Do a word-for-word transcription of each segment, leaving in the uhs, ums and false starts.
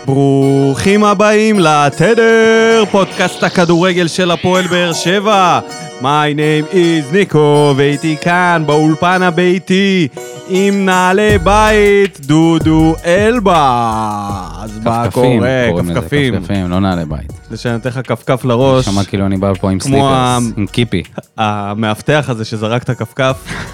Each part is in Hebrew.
ברוכים הבאים לתדר, פודקאסט הכדורגל של הפועל באר שבע. My name is ניקו, ואיתי כאן באולפן הביתי עם נעלי בית דודו אלבה. אז מה קורה? כפכפים. כפכפים, לא נעלי בית. זה שאני נותן לך כפכף לראש. שמע כאילו אני בא פה עם סליפרס, עם קיפי. המאבטח הזה שזרק את הכפכף.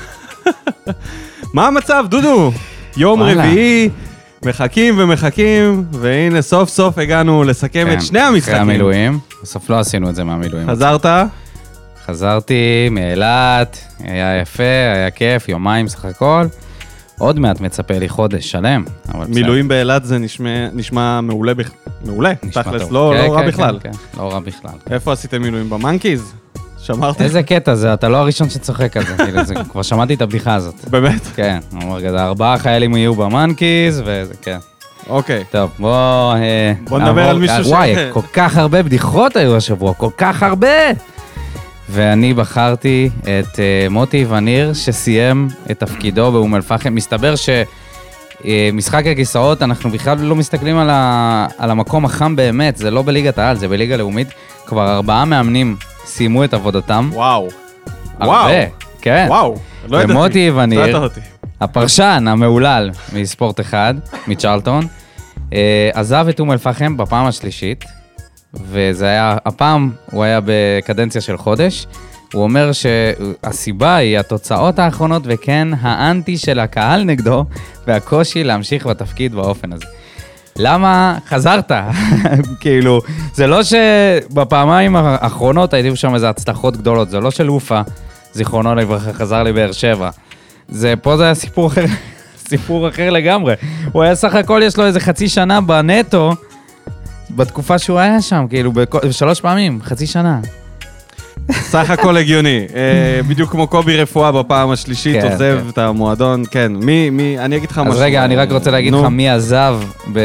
מה המצב, דודו? יום רביעי. מחכים ומחכים, והנה סוף סוף הגענו לסכם את שני המשחקים. אחרי המילואים, בסוף לא עשינו את זה מהמילואים. חזרת? חזרתי מאילת, היה יפה, היה כיף, יומיים סך הכל. עוד מעט מצפה לי חודש שלם. מילואים באילת זה נשמע מעולה, מעולה, תכלס, לא רע בכלל. לא רע בכלל. איפה עשיתם מילואים? במנקיז? שמרת? איזה קטע זה, אתה לא הראשון שצוחק על זה, כבר שמעתי את הבדיחה הזאת. באמת? כן, ארבעה חיילים יהיו במנקיז, וזה כן. אוקיי. טוב, בוא... בוא נדבר על מישהו ש... וואי, כל כך הרבה בדיחות היו השבוע, כל כך הרבה! ואני בחרתי את מוטי וניר, שסיים את תפקידו באום אל-פחם. מסתבר שמשחק הכיסאות, אנחנו בכלל לא מסתכלים על, ה... על המקום החם באמת, זה לא בליגת העל, זה בליגה לאומית. כבר ארבעה מאמנים סיימו את עבודתם. וואו. הרבה, וואו. כן. וואו. לא ידעתי. ומוטי וניר, הפרשן המעולל מספורט אחד, מצ'רלטון, עזב את אום אל-פחם בפעם השלישית, וזה היה, הפעם הוא היה בקדנציה של חודש. הוא אומר שהסיבה היא התוצאות האחרונות וכן האנטי של הקהל נגדו, והקושי להמשיך בתפקיד באופן הזה. למה חזרת? כאילו, זה לא שבפעמיים האחרונות הייתי שם איזה הצלחות גדולות, זה לא של אופה, זיכרונו לברכה, חזר לבאר שבע. זה, פה זה היה סיפור אחר, סיפור אחר לגמרי. הוא היה סך הכל, יש לו איזה חצי שנה בנטו, בתקופה שהוא היה שם, כאילו, בשלוש פעמים, חצי שנה. סך הכל הגיוני, בדיוק כמו קובי רפואה בפעם השלישית, עוזב את המועדון, כן, מי, מי, אני אגיד לך משהו. אז רגע, אני רק רוצה להגיד לך מי עזב,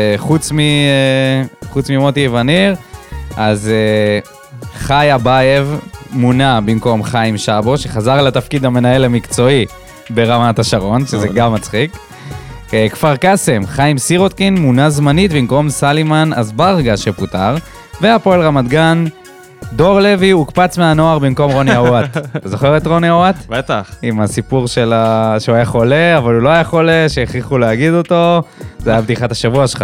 חוץ ממוטי וניר, אז חי אבייב מונה במקום חיים שבו, שחזר לתפקיד המנהל המקצועי ברמת השרון, שזה גם מצחיק. כפר קסם, חיים סירוטקין מונה זמנית במקום סלימן אסברגה שפוטר, והפועל רמת גן, דור לוי הוקפץ מהנוער במקום רוני אוואט. אתה זוכר את רוני אוואט? בטח. עם הסיפור של שהוא היה חולה, אבל הוא לא היה חולה, שהכריחו להגיד אותו. זה היה בדיחת השבוע שלך.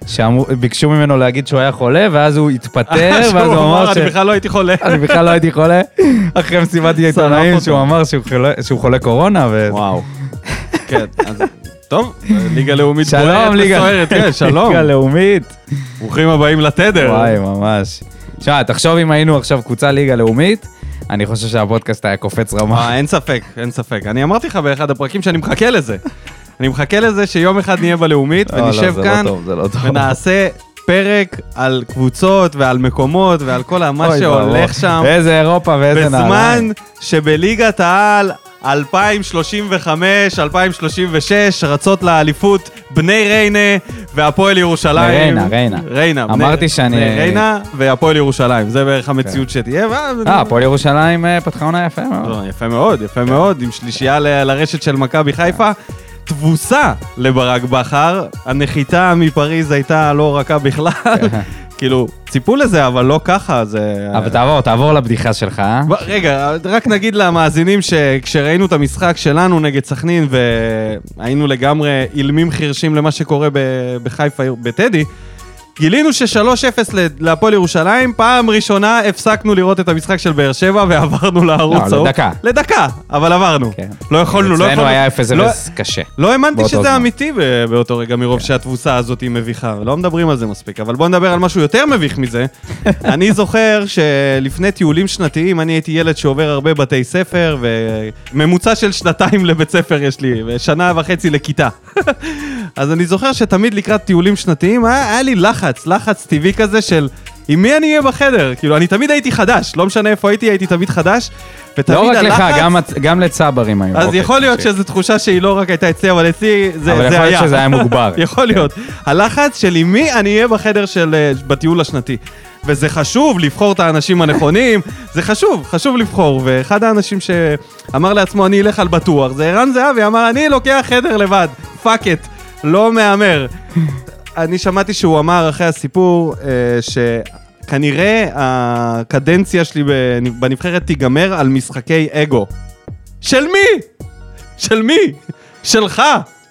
שביקשו ממנו להגיד שהוא היה חולה, ואז הוא התפטר, ואז הוא אמר ש... אני בכלל לא הייתי חולה. אני בכלל לא הייתי חולה. אחרי מסיבת עיתונאים שהוא אמר שהוא חולה קורונה. וואו. כן, אז... טוב, ליגה לאומית שלום, ליגה. כן, שלום. ליגה לאומית. ברוכים הבאים לתדר. וואי, ממש. עכשיו, תחשוב אם היינו עכשיו קבוצה ליגה לאומית, אני חושב שהפודקאסט היה קופץ רמה. אין ספק, אין ספק. אני אמרתי לך באחד הפרקים שאני מחכה לזה. אני מחכה לזה שיום אחד נהיה בלאומית, ונשב כאן, ונעשה פרק על קבוצות ועל מקומות, ועל כל מה שהולך שם. איזה אירופה ואיזה נעליים. בזמן שבליגת העל אלפיים שלושים וחמש, אלפיים שלושים ושש, רצות לאליפות בני ריינה והפועל ירושלים. ריינה, ריינה. ריינה. אמרתי שאני... בני ריינה והפועל ירושלים. זה בערך המציאות שתהיה. אה, הפועל ירושלים פתחה עונה יפה מאוד. יפה מאוד, יפה מאוד. עם שלישייה לרשת של מכבי חיפה. תבוסה לברק בכר. הנחיתה מפריז הייתה לא רכה בכלל. כאילו, ציפו לזה, אבל לא ככה, זה... אבל תעבור, תעבור לבדיחה שלך, אה? רגע, רק נגיד למאזינים שכשראינו את המשחק שלנו נגד סכנין, והיינו לגמרי אילמים חירשים למה שקורה בחיפה, בטדי, גילינו ש-שלוש אפס להפועל ירושלים, פעם ראשונה הפסקנו לראות את המשחק של באר שבע, ועברנו לערוץ. לא, לדקה. לדקה, אבל עברנו. לא יכולנו, לא יכולנו. אצלנו היה אפס אפס קשה. לא האמנתי שזה אמיתי באותו רגע, מרוב שהתבוסה הזאת היא מביכה. לא מדברים על זה מספיק, אבל בואו נדבר על משהו יותר מביך מזה. אני זוכר שלפני טיולים שנתיים, אני הייתי ילד שעובר הרבה בתי ספר, וממוצע של שנתיים לבית ספר יש לי, ושנה וחצי לכיתה. אז אני זוכר שתמיד לקראת טיולים שנתיים, היה, היה לי לחץ, לחץ טבעי כזה של עם מי אני אהיה בחדר? כאילו, אני תמיד הייתי חדש, לא משנה איפה הייתי, הייתי תמיד חדש, ותמיד לא רק הלחץ... לך, גם, גם לצברים היום. אז אוקיי, יכול להיות שזו תחושה שהיא לא רק הייתה אצלי, אבל אצלי זה, אבל זה יכול היה. להיות שזה היה מוגבר. יכול להיות. הלחץ של עם מי אני אהיה בחדר של, בטיול השנתי. וזה חשוב לבחור את האנשים הנכונים, זה חשוב, חשוב לבחור, ואחד האנשים שאמר לעצמו, אני אלך על בטוח, זה ערן זהבי, אמר, אני לוקח חדר לבד, פאק את, לא מאמר. אני שמעתי שהוא אמר אחרי הסיפור, שכנראה הקדנציה שלי בנבחרת תיגמר על משחקי אגו. של מי? של מי? שלך.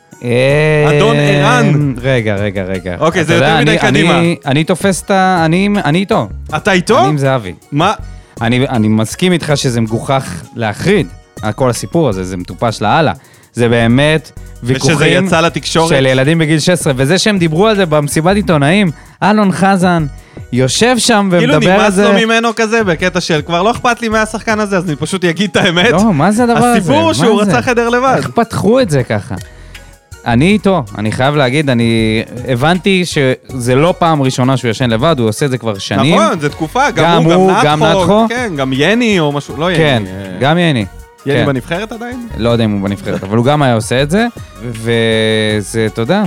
אדון ערן. רגע, רגע, רגע. אוקיי, זה יותר מדי קדימה. אני תופס את ה... אני איתו. אתה איתו? אני עם זהבי. מה? אני מסכים איתך שזה מגוחך להחריד, כל הסיפור הזה, זה מטופש להלאה. זה באמת ויכוחים... ושזה יצא לתקשורת. של ילדים בגיל שש עשרה, וזה שהם דיברו על זה במסיבת עיתונאים, אלון חזן יושב שם ומדבר על זה... כאילו נמאס לו ממנו כזה, בקטע של כבר לא אכפת לי מהשחקן הזה, אז אני פשוט אגיד את האמת. לא, מה זה הדבר הזה? הסיפור הוא שהוא רצה חדר לבד. איך פתחו את זה ככה? אני איתו, אני חייב להגיד, אני הבנתי שזה לא פעם ראשונה שהוא ישן לבד, הוא עושה את זה כבר שנים. נכון, זה תקופה, גם הוא, גם נתחו. כן, גם יני או משהו, לא יני. כן, גם יני. יני בנבחרת עדיין? לא יודע אם הוא בנבחרת, אבל הוא גם היה עושה את זה, וזה, אתה יודע,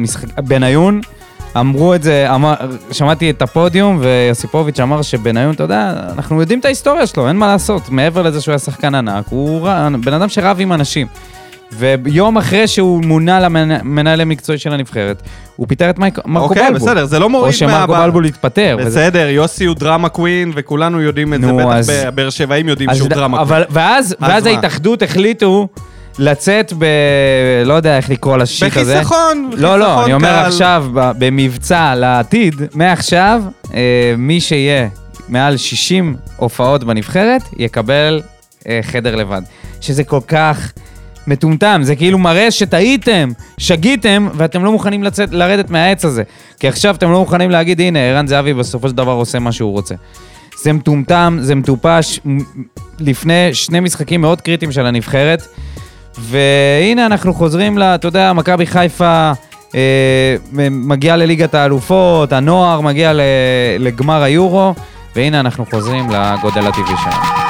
בניון, אמרו את זה, שמעתי את הפודיום, ויוסיפוביץ' אמר שבניון, אתה יודע, אנחנו יודעים את ההיסטוריה שלו, אין מה לעשות, מעבר לזה שהוא היה שחקן ענק, הוא בן אדם שרב עם אנשים. ויום אחרי שהוא מונה למנהל המקצועי של הנבחרת, הוא פיטר את מרקו בלבול. אוקיי, בסדר, זה לא מוריד מהבא. או שמרקו בלבול התפטר. בסדר, יוסי הוא דרמה קווין, וכולנו יודעים את זה, בטח באר שבעים יודעים שהוא דרמה קווין. ואז ההתאחדות החליטו לצאת ב... לא יודע איך לקרוא לשיט הזה. בחיסכון. לא, לא, אני אומר עכשיו, במבצע לעתיד, מעכשיו, מי שיהיה מעל שישים הופעות בנבחרת, יקבל חדר לבד. שזה כל כך... מטומטם, זה כאילו מראה שטעיתם, שגיתם, ואתם לא מוכנים לצאת, לרדת מהעץ הזה. כי עכשיו אתם לא מוכנים להגיד, הנה, ערן זהבי בסופו של דבר עושה מה שהוא רוצה. זה מטומטם, זה מטופש, לפני שני משחקים מאוד קריטיים של הנבחרת, והנה אנחנו חוזרים, לה, אתה יודע, מכבי חיפה אה, מגיע לליגת האלופות, הנוער מגיע לגמר היורו, והנה אנחנו חוזרים לגודל הטבעי שלנו.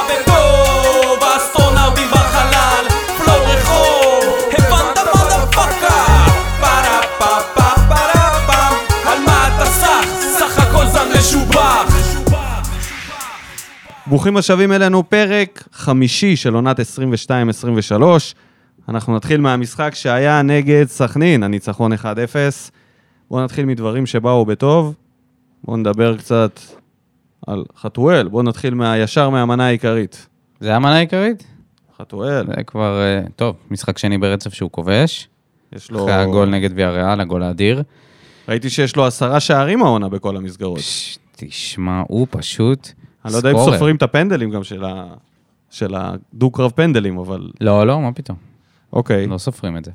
ברוכים השבים אלינו, פרק חמישי של עונת עשרים ושתיים עשרים ושלוש. אנחנו נתחיל מהמשחק שהיה נגד סכנין, הניצחון אחד אפס. בואו נתחיל מדברים שבאו בטוב. בואו נדבר קצת על חתואל. בואו נתחיל מהישר מהמנה העיקרית. זה המנה העיקרית? חתואל. זה כבר, טוב, משחק שני ברצף שהוא כובש. יש לו... אחרי הגול נגד ויאריאל, הגול האדיר. ראיתי שיש לו עשרה שערים העונה בכל המסגרות. תשמע, הוא פשוט... אני לא יודע אם סופרים את הפנדלים גם של, ה... של הדו-קרב פנדלים, אבל... לא, לא, מה פתאום. אוקיי. לא סופרים את זה.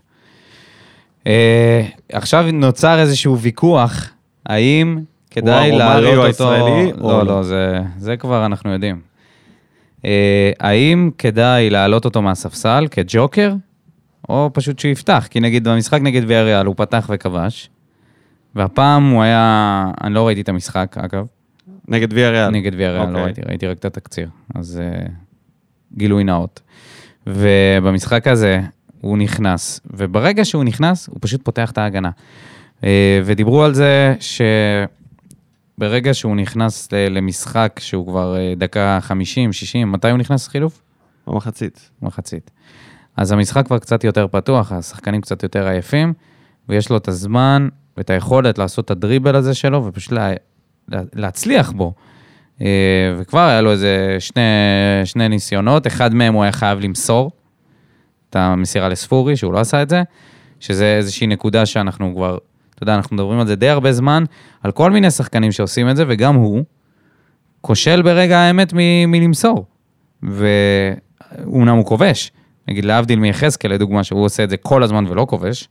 אה, עכשיו נוצר איזשהו ויכוח, האם כדאי להעלות אותו... הישראלי, לא, לא, לא, זה, זה כבר אנחנו יודעים. אה, האם כדאי להעלות אותו מהספסל כג'וקר, או פשוט שהוא יפתח? כי נגיד במשחק נגד ויאריאל הוא פתח וכבש, והפעם הוא היה... אני לא ראיתי את המשחק, אגב. נגד ויאריאל. נגד ויאריאל, לא ראיתי, ראיתי רק את התקציר, אז גילוי נאות. ובמשחק הזה הוא נכנס, וברגע שהוא נכנס, הוא פשוט פותח את ההגנה. ודיברו על זה שברגע שהוא נכנס למשחק, שהוא כבר דקה חמישים, שישים, מתי הוא נכנס חילוף? במחצית. במחצית. אז המשחק כבר קצת יותר פתוח, השחקנים קצת יותר עייפים, ויש לו את הזמן ואת היכולת לעשות את הדריבל הזה שלו, ופשוט לה... להצליח בו, וכבר היה לו איזה שני, שני ניסיונות, אחד מהם הוא היה חייב למסור את המסירה לספורי, שהוא לא עשה את זה, שזה איזושהי נקודה שאנחנו כבר, אתה יודע, אנחנו מדברים על זה די הרבה זמן, על כל מיני שחקנים שעושים את זה, וגם הוא כושל ברגע האמת מ- מלמסור, ואומנם הוא כובש, נגיד להבדיל מיחזקאל, לדוגמה, שהוא עושה את זה כל הזמן ולא כובש,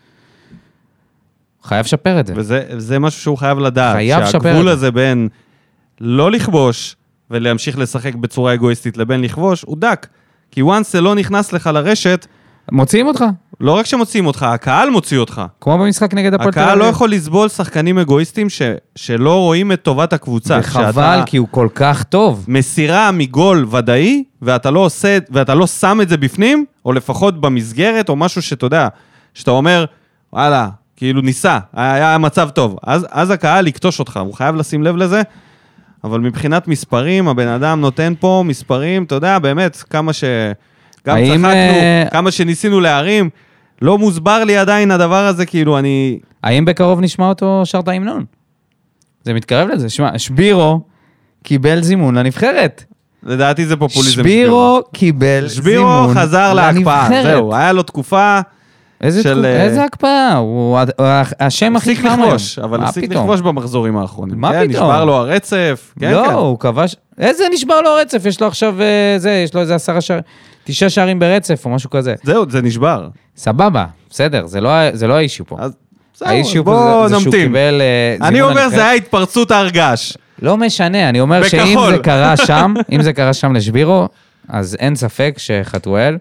חייב לשפר את זה. וזה זה משהו שהוא חייב לדעת. חייב לשפר את זה. שהגבול הזה בין לא לכבוש ולהמשיך לשחק בצורה אגואיסטית לבין לכבוש, הוא דק. כי once זה לא נכנס לך לרשת... מוציאים אותך. לא רק שמוציאים אותך, הקהל מוציא אותך. כמו במשחק נגד הפועל תל אביב. הקהל לא יכול לסבול שחקנים אגואיסטים ש, שלא רואים את טובת הקבוצה. וחבל, כי הוא כל כך טוב. מסירה מגול ודאי, ואתה לא עושה, ואתה לא שם את זה בפנים, או לפחות במסגרת, או משהו שאתה יודע, שאתה אומר, וואלה, כאילו ניסה, היה מצב טוב. אז, אז הקהל יקטוש אותך, הוא חייב לשים לב לזה, אבל מבחינת מספרים, הבן אדם נותן פה מספרים, אתה יודע, באמת, כמה ש... גם צחקנו, כמה שניסינו להרים, לא מוסבר לי עדיין הדבר הזה, כאילו אני... האם בקרוב נשמע אותו שר את ההמנון? זה מתקרב לזה. שמע, שבירו קיבל זימון לנבחרת. לדעתי זה פופוליזם. שבירו קיבל שבירו זימון לנבחרת. שבירו חזר להקפאה, זהו, היה לו תקופה... איזה, של... תקופ... איזה הקפאה? הוא השם הכי חם היום. לכבוש, אבל הפסיק לכבוש במחזורים האחרונים. מה כן, פתאום? נשבר לו הרצף. כן, לא, כן. הוא כבש... איזה נשבר לו הרצף? יש לו עכשיו זה, יש לו איזה עשרה שערים, תשעה שערים ברצף או משהו כזה. זהו, זה נשבר. סבבה, בסדר, זה לא, זה לא האישיו פה. אז זהו, האישיו בוא פה זה, זה שהוא נמתין. קיבל... אני אומר, זה היה התפרצות ההרגש. לא משנה, אני אומר בכחול. שאם זה קרה שם, אם זה קרה שם לשבירו, אז אין ספק שחתואל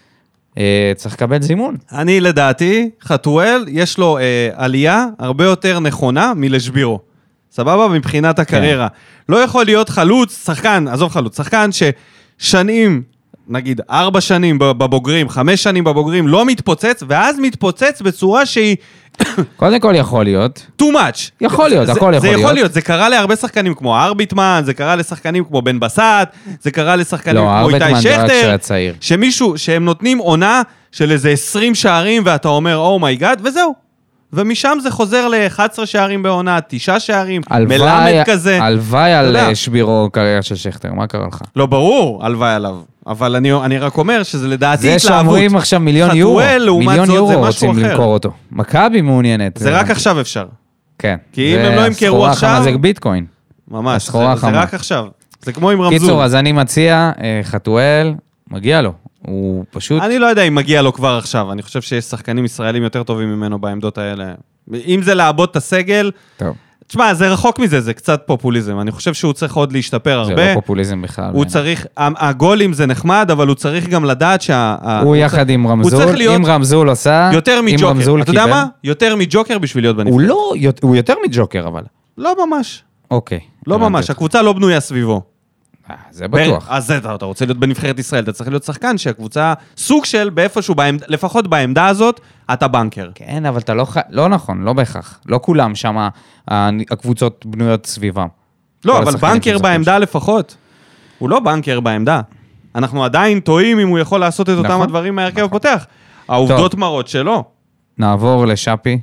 אה, צריך לקבל זימון. אני לדעתי, חתואל, יש לו אה, עלייה הרבה יותר נכונה מלשבירו. סבבה? מבחינת הקריירה. לא יכול להיות חלוץ, שחקן, עזוב חלוץ, שחקן ששנים, נגיד ארבע שנים בבוגרים, חמש שנים בבוגרים, לא מתפוצץ, ואז מתפוצץ בצורה שהיא... קודם כל יכול להיות. too much. יכול להיות, זה, הכל יכול זה להיות. יכול להיות, זה קרה להרבה שחקנים כמו ארביטמן, זה קרה לשחקנים כמו בן בסט, זה קרה לשחקנים לא, כמו איתי ארביטמן זה רק שכטר, שהיה צעיר. שמישהו, שהם נותנים עונה של איזה עשרים שערים, ואתה אומר, אומייגאד, וזהו. ומשם זה חוזר ל-אחד עשר שערים בעונה, תשעה שערים, מלמד כזה. הלוואי על שבירו קריירה של שכטר, מה קרה לך? לא, ברור, הלוואי עליו. אבל אני, אני רק אומר שזה לדעתי זה התלהבות. שאומרים עכשיו מיליון יורו, מיליון יורו רוצים אחר. למכור אותו. מכבי מעוניינת. זה רק עכשיו אפשר. כן. כי אם הם לא ימכרו עכשיו... הסחורה חמה זה ביטקוין. ממש, זה, זה רק עכשיו. זה כמו עם רמזור. קיצור, אז אני מציע, חתואל, מגיע לו. הוא פשוט... אני לא יודע אם מגיע לו כבר עכשיו. אני חושב שיש שחקנים ישראלים יותר טובים ממנו בעמדות האלה. אם זה לעבוד את הסגל... טוב. תשמע, זה רחוק מזה, זה קצת פופוליזם. אני חושב שהוא צריך עוד להשתפר הרבה. זה לא פופוליזם בכלל. הוא צריך, הגולים זה נחמד, אבל הוא צריך גם לדעת שה... הוא יחד עם רמזול, אם רמזול עושה... יותר מג'וקר. אתה יודע מה? יותר מג'וקר בשביל להיות בנבחרת. הוא לא, הוא יותר מג'וקר, אבל. לא ממש. אוקיי. לא ממש, הקבוצה לא בנויה סביבו. זה בטוח. אז אתה רוצה להיות בנבחרת ישראל, אתה צריך להיות שחקן שהקבוצה, סוג של באיפשהו, לפחות בעמדה הזאת, אתה בנקר. כן, אבל אתה לא, לא נכון, לא בהכרח. לא כולם שם, הקבוצות בנויות סביבם. לא, אבל בנקר בעמדה לפחות. הוא לא בנקר בעמדה. אנחנו עדיין טועים אם הוא יכול לעשות את אותם הדברים מהרכב הפותח. העובדות מראות שלא. נעבור לשאפי,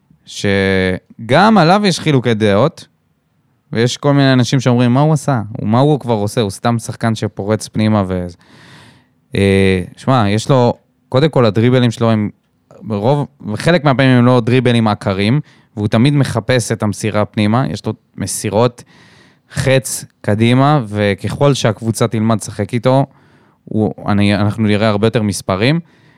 שגם עליו יש חילוקי דעות, ויש כל מיני אנשים שאומרים, מה הוא עשה? מה הוא כבר עושה? הוא סתם שחקן שפורץ פנימה ו... שמע, יש לו, קודם כל הדריבלים שלו הם ברוב, וחלק מהפעמים הם לא דריבלים עקרים, והוא תמיד מחפש את המסירה פנימה, יש לו מסירות חץ קדימה, וככל שהקבוצה תלמד לשחק איתו, הוא, אני, אנחנו נראה הרבה יותר מספרים.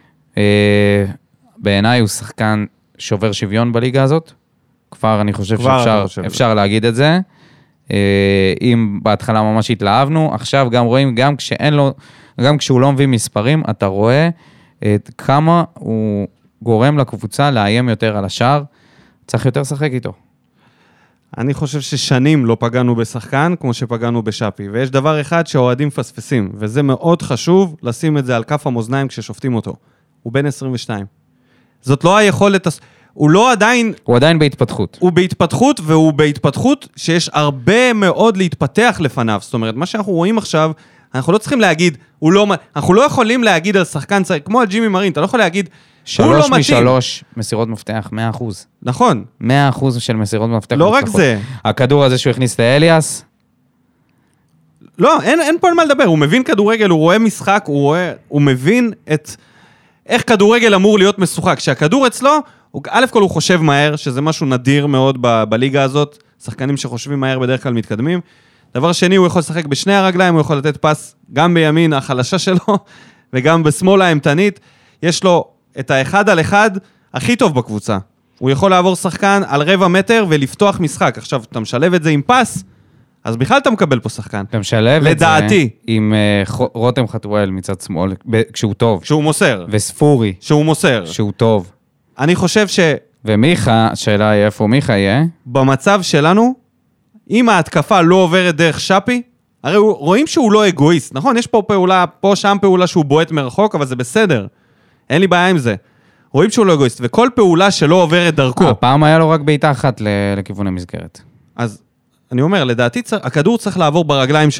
בעיניי הוא שחקן שובר שוויון בליגה הזאת, כבר אני חושב כבר שאפשר חושב אפשר להגיד את זה. אם בהתחלה ממש התלהבנו, עכשיו גם רואים, גם כשאין לו, גם כשהוא לא מביא מספרים, אתה רואה את כמה הוא גורם לקבוצה לאיים יותר על השאר, צריך יותר לשחק איתו. אני חושב ששנים לא פגענו בשחקן כמו שפגענו בשאפי, ויש דבר אחד שהאוהדים פספסים, וזה מאוד חשוב לשים את זה על כף המאזניים כששופטים אותו. הוא בן עשרים ושתיים. זאת לא היכולת... הוא לא עדיין... הוא עדיין בהתפתחות. הוא בהתפתחות, והוא בהתפתחות שיש הרבה מאוד להתפתח לפניו. זאת אומרת, מה שאנחנו רואים עכשיו, אנחנו לא צריכים להגיד, הוא לא... אנחנו לא יכולים להגיד על שחקן צעיר, כמו על ג'ימי מרין, אתה לא יכול להגיד, הוא לא מתאים. שלוש משלוש מסירות מפתח, מאה אחוז. נכון. מאה אחוז של מסירות מפתח. לא רק זה. הכדור הזה שהוא הכניס לאליאס. לא, אין, אין פה על מה לדבר. הוא מבין כדורגל, הוא רואה משחק, הוא רואה... הוא מבין את... איך כדורגל אמור להיות משוחק. כשהכדור אצלו, א' כל הוא חושב מהר, שזה משהו נדיר מאוד ב- בליגה הזאת, שחקנים שחושבים מהר בדרך כלל מתקדמים. דבר שני, הוא יכול לשחק בשני הרגליים, הוא יכול לתת פס גם בימין החלשה שלו, וגם בשמאל האמתנית. יש לו את האחד על אחד הכי טוב בקבוצה. הוא יכול לעבור שחקן על רבע מטר ולפתוח משחק. עכשיו, אתה משלב את זה עם פס, אז בכלל אתה מקבל פה שחקן. אתה משלב לדעתי. את זה עם uh, רותם חתואל מצד שמאל, כשהוא טוב. כשהוא מוסר. וספורי. שהוא מוסר. שהוא טוב. אני חושב ש... ומיכה, השאלה היא איפה מיכה יהיה? במצב שלנו, אם ההתקפה לא עוברת דרך שפי, הרי רואים שהוא לא אגואיסט, נכון? יש פה פעולה, פה שם פעולה שהוא בועט מרחוק, אבל זה בסדר. אין לי בעיה עם זה. רואים שהוא לא אגואיסט, וכל פעולה שלא עוברת דרכו... הפעם היה לו רק בעיטה אחת לכיוון המסגרת. אז אני אומר, לדעתי, הכדור צריך לעבור ברגליים שלו.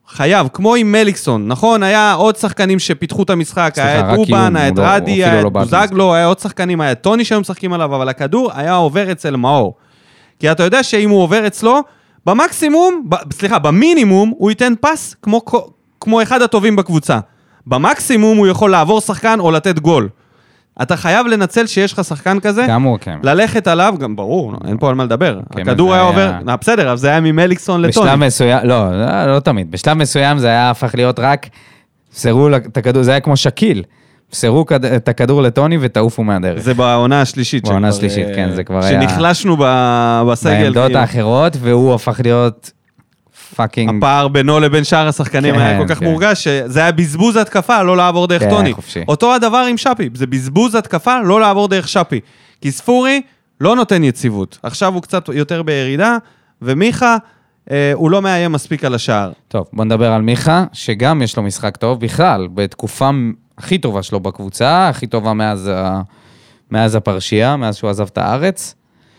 חייב, כמו עם מליקסון, נכון? היה עוד שחקנים שפיתחו את המשחק, היה את דובן, היה את רדי, היה את בוזגלו, היה עוד שחקנים, היה את טוני שהיו משחקים עליו, אבל הכדור היה עובר אצל מאור. כי אתה יודע שאם הוא עובר אצלו, במקסימום, סליחה, במינימום, הוא ייתן פס כמו, כמו אחד הטובים בקבוצה. במקסימום הוא יכול לעבור שחקן או לתת גול. אתה חייב לנצל שיש לך שחקן כזה, גם הוא, כן. ללכת עליו, גם ברור, אין פה על מה לדבר. הכדור היה עובר, בסדר, אבל זה היה ממליקסון לטוני. בשלב מסוים, לא, לא תמיד, בשלב מסוים זה היה הפך להיות רק, סרו את הכדור, זה היה כמו שקיל, סרו את הכדור לטוני ותעופו מהדרך. זה בעונה השלישית. בעונה השלישית, כן, זה כבר היה... שנחלשנו בסגל. בעמדות האחרות, והוא הפך להיות... פאקינג... הפער בינו לבין שאר השחקנים כן, היה כל כך כן. מורגש, שזה היה בזבוז התקפה, לא לעבור דרך כן, טוני. חופשי. אותו הדבר עם שפי, זה בזבוז התקפה, לא לעבור דרך שפי. כי ספורי לא נותן יציבות. עכשיו הוא קצת יותר בירידה, ומיכה, אה, הוא לא מאיים מספיק על השער. טוב, בוא נדבר על מיכה, שגם יש לו משחק טוב בכלל, בתקופה הכי טובה שלו בקבוצה, הכי טובה מאז, מאז הפרשייה, מאז שהוא עזב את הארץ.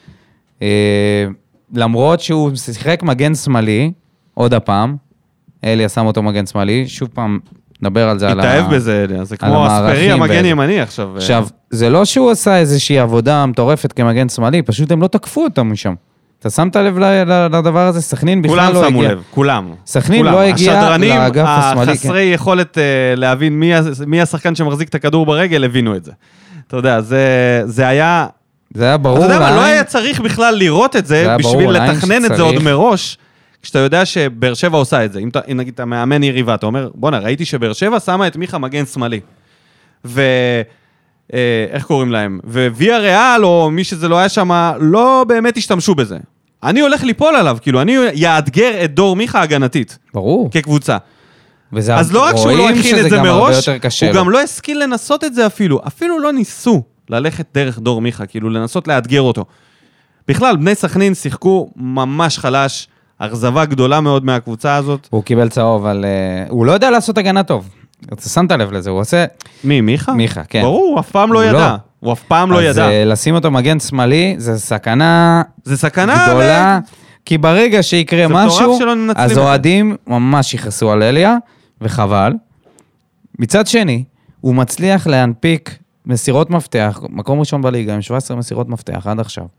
אה, למרות שהוא שיחק מגן שמאלי, עוד הפעם, אליה שם אותו מגן שמאלי, שוב פעם נדבר על זה, על התאהב בזה, אליה, זה כמו אספרי המגן ימני עכשיו. עכשיו, זה לא שהוא עשה איזושהי עבודה מטורפת כמגן שמאלי, פשוט הם לא תקפו אותם משם. אתה שמת לב לדבר הזה, סכנין בכלל לא הגיע. כולם שמו לב, כולם. סכנין לא הגיע לאגף השמאלי. החסרי יכולת להבין מי השחקן שמחזיק את הכדור ברגל, הבינו את זה. אתה יודע, זה היה... זה היה ברור. אתה יודע מה, לא היה צריך בכלל לראות את זה, בשביל לתכנן את זה עוד מראש. כשאתה יודע שבאר שבע עושה את זה, אם, אם נגיד אתה מאמן יריבה, אתה אומר, בוא'נה, ראיתי שבאר שבע שמה את מיכה מגן שמאלי. ו... אה, איך קוראים להם? וויה ריאל, או מי שזה לא היה שם, לא באמת השתמשו בזה. אני הולך ליפול עליו, כאילו, אני יאתגר את דור מיכה הגנתית. ברור. כקבוצה. אז לא רק שהוא לא הכין את זה מראש, הוא גם לא השכיל לנסות את זה אפילו. אפילו לא ניסו ללכת דרך דור מיכה, כאילו, לנסות לאתגר אותו. בכלל, בני סכנין שיחקו ממש חלש, אכזבה גדולה מאוד מהקבוצה הזאת. הוא קיבל צהוב, אבל uh, הוא לא יודע לעשות הגנה טוב. אתה שמת לב לזה, הוא עושה... מי, מיכה? מיכה, כן. ברור, הוא אף פעם לא ידע. הוא אף פעם לא ידע. אז לשים אותו מגן שמאלי, זה סכנה... זה סכנה גדולה, כי ברגע שיקרה משהו, אז אוהדים ממש יכעסו על אליה, וחבל. מצד שני, הוא מצליח להנפיק מסירות מפתח, מקום ראשון בליגה, עם שבע עשרה מסירות מפתח עד עכשיו.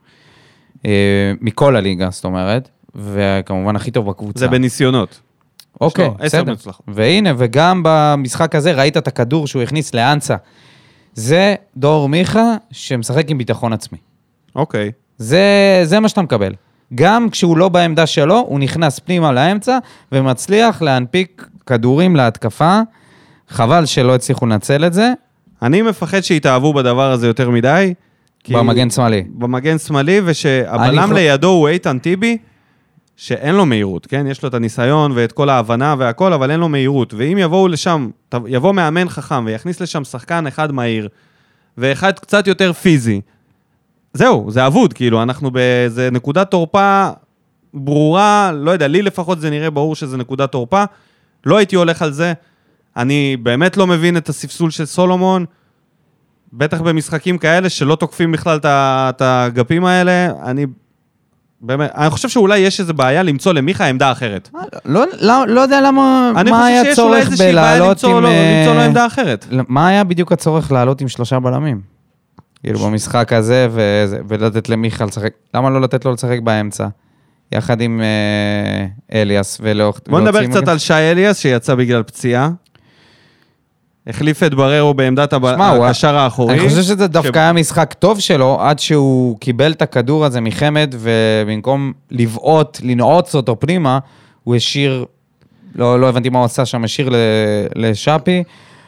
מכל הליגה, זאת אומרת. וכמובן הכי טוב בקבוצה. זה בניסיונות. אוקיי, בסדר. והנה, וגם במשחק הזה ראית את הכדור שהוא הכניס לאנסה. זה דור מיכה שמשחק עם ביטחון עצמי. אוקיי. זה, זה מה שאתה מקבל. גם כשהוא לא בעמדה שלו, הוא נכנס פנימה לאמצע, ומצליח להנפיק כדורים להתקפה. חבל שלא הצליחו לנצל את זה. אני מפחד שהתאהבו בדבר הזה יותר מדי. במגן שמאלי. במגן שמאלי, ושהבלם לידו הוא איתן טיבי, שאין לו מהירות, כן? יש לו את הניסיון ואת כל ההבנה והכל, אבל אין לו מהירות. ואם יבואו לשם, יבוא מאמן חכם ויכניס לשם שחקן אחד מהיר, ואחד קצת יותר פיזי, זהו, זה אבוד, כאילו, אנחנו באיזה נקודת תורפה ברורה, לא יודע, לי לפחות זה נראה ברור שזה נקודת תורפה, לא הייתי הולך על זה, אני באמת לא מבין את הספסול של סולומון, בטח במשחקים כאלה שלא תוקפים בכלל את הגפים האלה, אני... באמת, אני חושב שאולי יש איזו בעיה למצוא למיכה עמדה אחרת. לא, לא, לא יודע למה, מה היה צורך בלעלות עם... למצוא לו עמדה אחרת. מה היה בדיוק הצורך לעלות עם שלושה בלמים? כאילו במשחק הזה, ולתת למיכה לשחק, למה לא לתת לו לשחק באמצע? יחד עם אליאס ולאוכת... בוא נדבר קצת על שי אליאס, שיצא בגלל פציעה. החליף את בררו בעמדת הקשר האחורי. אני חושב שזה דווקא היה משחק טוב שלו, עד שהוא קיבל את הכדור הזה מחמד, ובמקום לבעוט, לנעוץ אותו פנימה, הוא השאיר, לא, לא הבנתי מה הוא עשה שם, השאיר לשאפי,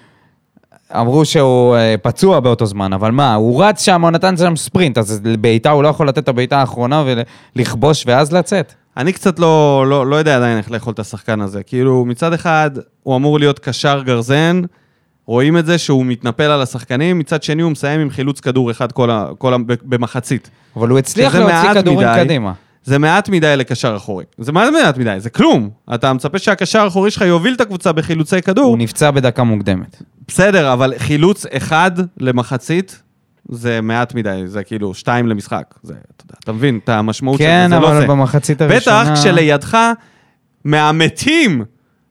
אמרו שהוא פצוע באותו זמן, אבל מה, הוא רץ שם, הוא נתן שם ספרינט, אז בעיטה הוא לא יכול לתת את הבעיטה האחרונה, ולכבוש ואז לצאת. אני קצת לא, לא, לא יודע עדיין איך לאכול את השחקן הזה, כאילו מצד אחד הוא אמור להיות קשר גרזן, רואים את זה שהוא מתנפל על השחקנים, מצד שני הוא מסיים עם חילוץ כדור אחד כל ה, כל ה, במחצית. אבל הוא הצליח להוציא כדורים מדי, קדימה. זה מעט מדי לקשר אחורי. זה מעט מעט מדי, זה כלום. אתה מצפה שהקשר האחורי שלך יוביל את הקבוצה בחילוצי כדור. הוא נפצע בדקה מוקדמת. בסדר, אבל חילוץ אחד למחצית, זה מעט מדי, זה כאילו שתיים למשחק. זה, אתה, יודע, אתה מבין את המשמעות כן, של זה, זה לא זה. כן, אבל במחצית הראשונה... בטח כשלידך מאמתים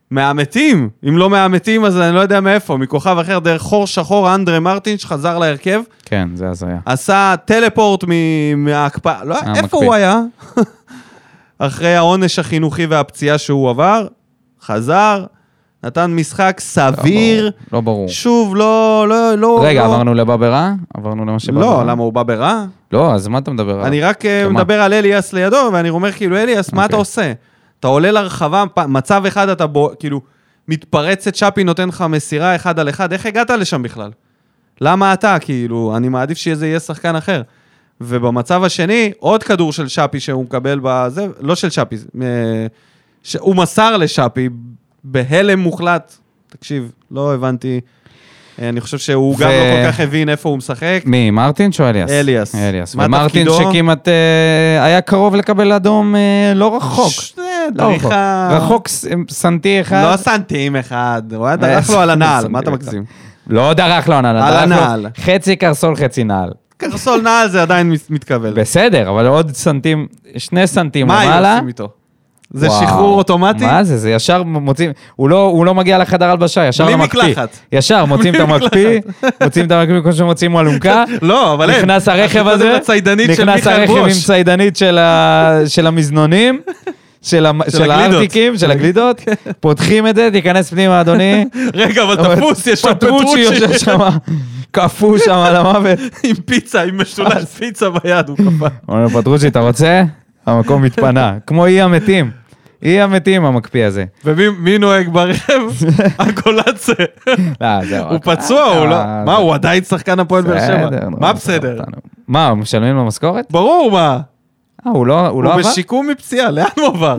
מהמתים, אם לא מהמתים, אז אני לא יודע מאיפה, מכוכב אחר, דרך חור שחור, אנדרה מרטין, שחזר להרכב. כן, זה אז היה. עשה טלפורט מההקפאה, לא, איפה הוא היה? אחרי העונש החינוכי והפציעה שהוא עבר, חזר, נתן משחק סביר. לא ברור. שוב, לא, לא, לא. רגע, עברנו לבא ברע? עברנו למה שבא ברע? לא, למה הוא בא ברע? לא, אז מה אתה מדבר עליו? אני רק מדבר על אליאס לידו, ואני אומר כאילו, אליאס, מה אתה עושה? אתה עולה לרחבה, מצב אחד אתה בו, כאילו, מתפרצת שפי נותן לך מסירה אחד על אחד, איך הגעת לשם בכלל? למה אתה? כאילו, אני מעדיף שזה יהיה שחקן אחר. ובמצב השני, עוד כדור של שפי שהוא מקבל בזה, לא של שפי, הוא מסר לשפי בהלם מוחלט. תקשיב, לא הבנתי, אני חושב שהוא גם לא כל כך הבין איפה הוא משחק. מי, מרטינש או אליאס? אליאס. אליאס. ומרטינש שכמעט היה קרוב לקבל אדום לא רחוק. לא רחוק. רחוק סנטי אחד. לא סנטים אחד, הוא היה דרך לו על הנעל, מה אתה מגזים? לא דרך לו על הנעל. על הנעל. חצי קרסול, חצי נעל. קרסול נעל זה עדיין מתקבל. בסדר, אבל עוד סנטים, שני סנטים למעלה. מה היו עושים איתו? זה שחרור אוטומטי? מה זה? זה ישר מוצאים, הוא לא, הוא לא מגיע לחדר הלבשה, ישר למקפיא. בלי מקלחת. ישר, מוצאים את המקפיא, מוצאים את המקפיא כמו שמוצאים אלונקה. לא, אבל אין. נכנס הרכב הזה, נכנס הרכב עם ציידנית של המזנונים, של הארטיקים, של הגלידות, פותחים את זה, תיכנס פנימה, אדוני. רגע, אבל תפוס, יש שם פטרוצ'י יושב שם, כפו שם על המוות. עם פיצה, עם משולש פיצה ביד, הוא קפה. אומר, פטרוצ'י, אתה רוצה? המקום מתפנה, כמו אי המתים. אי המתים, המקפיא הזה. ומי נוהג ברכב? הקולצה. הוא פצוע, הוא לא... מה, הוא עדיין שחקן הפועל באר שבע? מה בסדר? מה, משלמים לו משכורת? ברור, מה? אה, הוא לא עבר? הוא בשיקום מפציעה, לאן הוא עבר?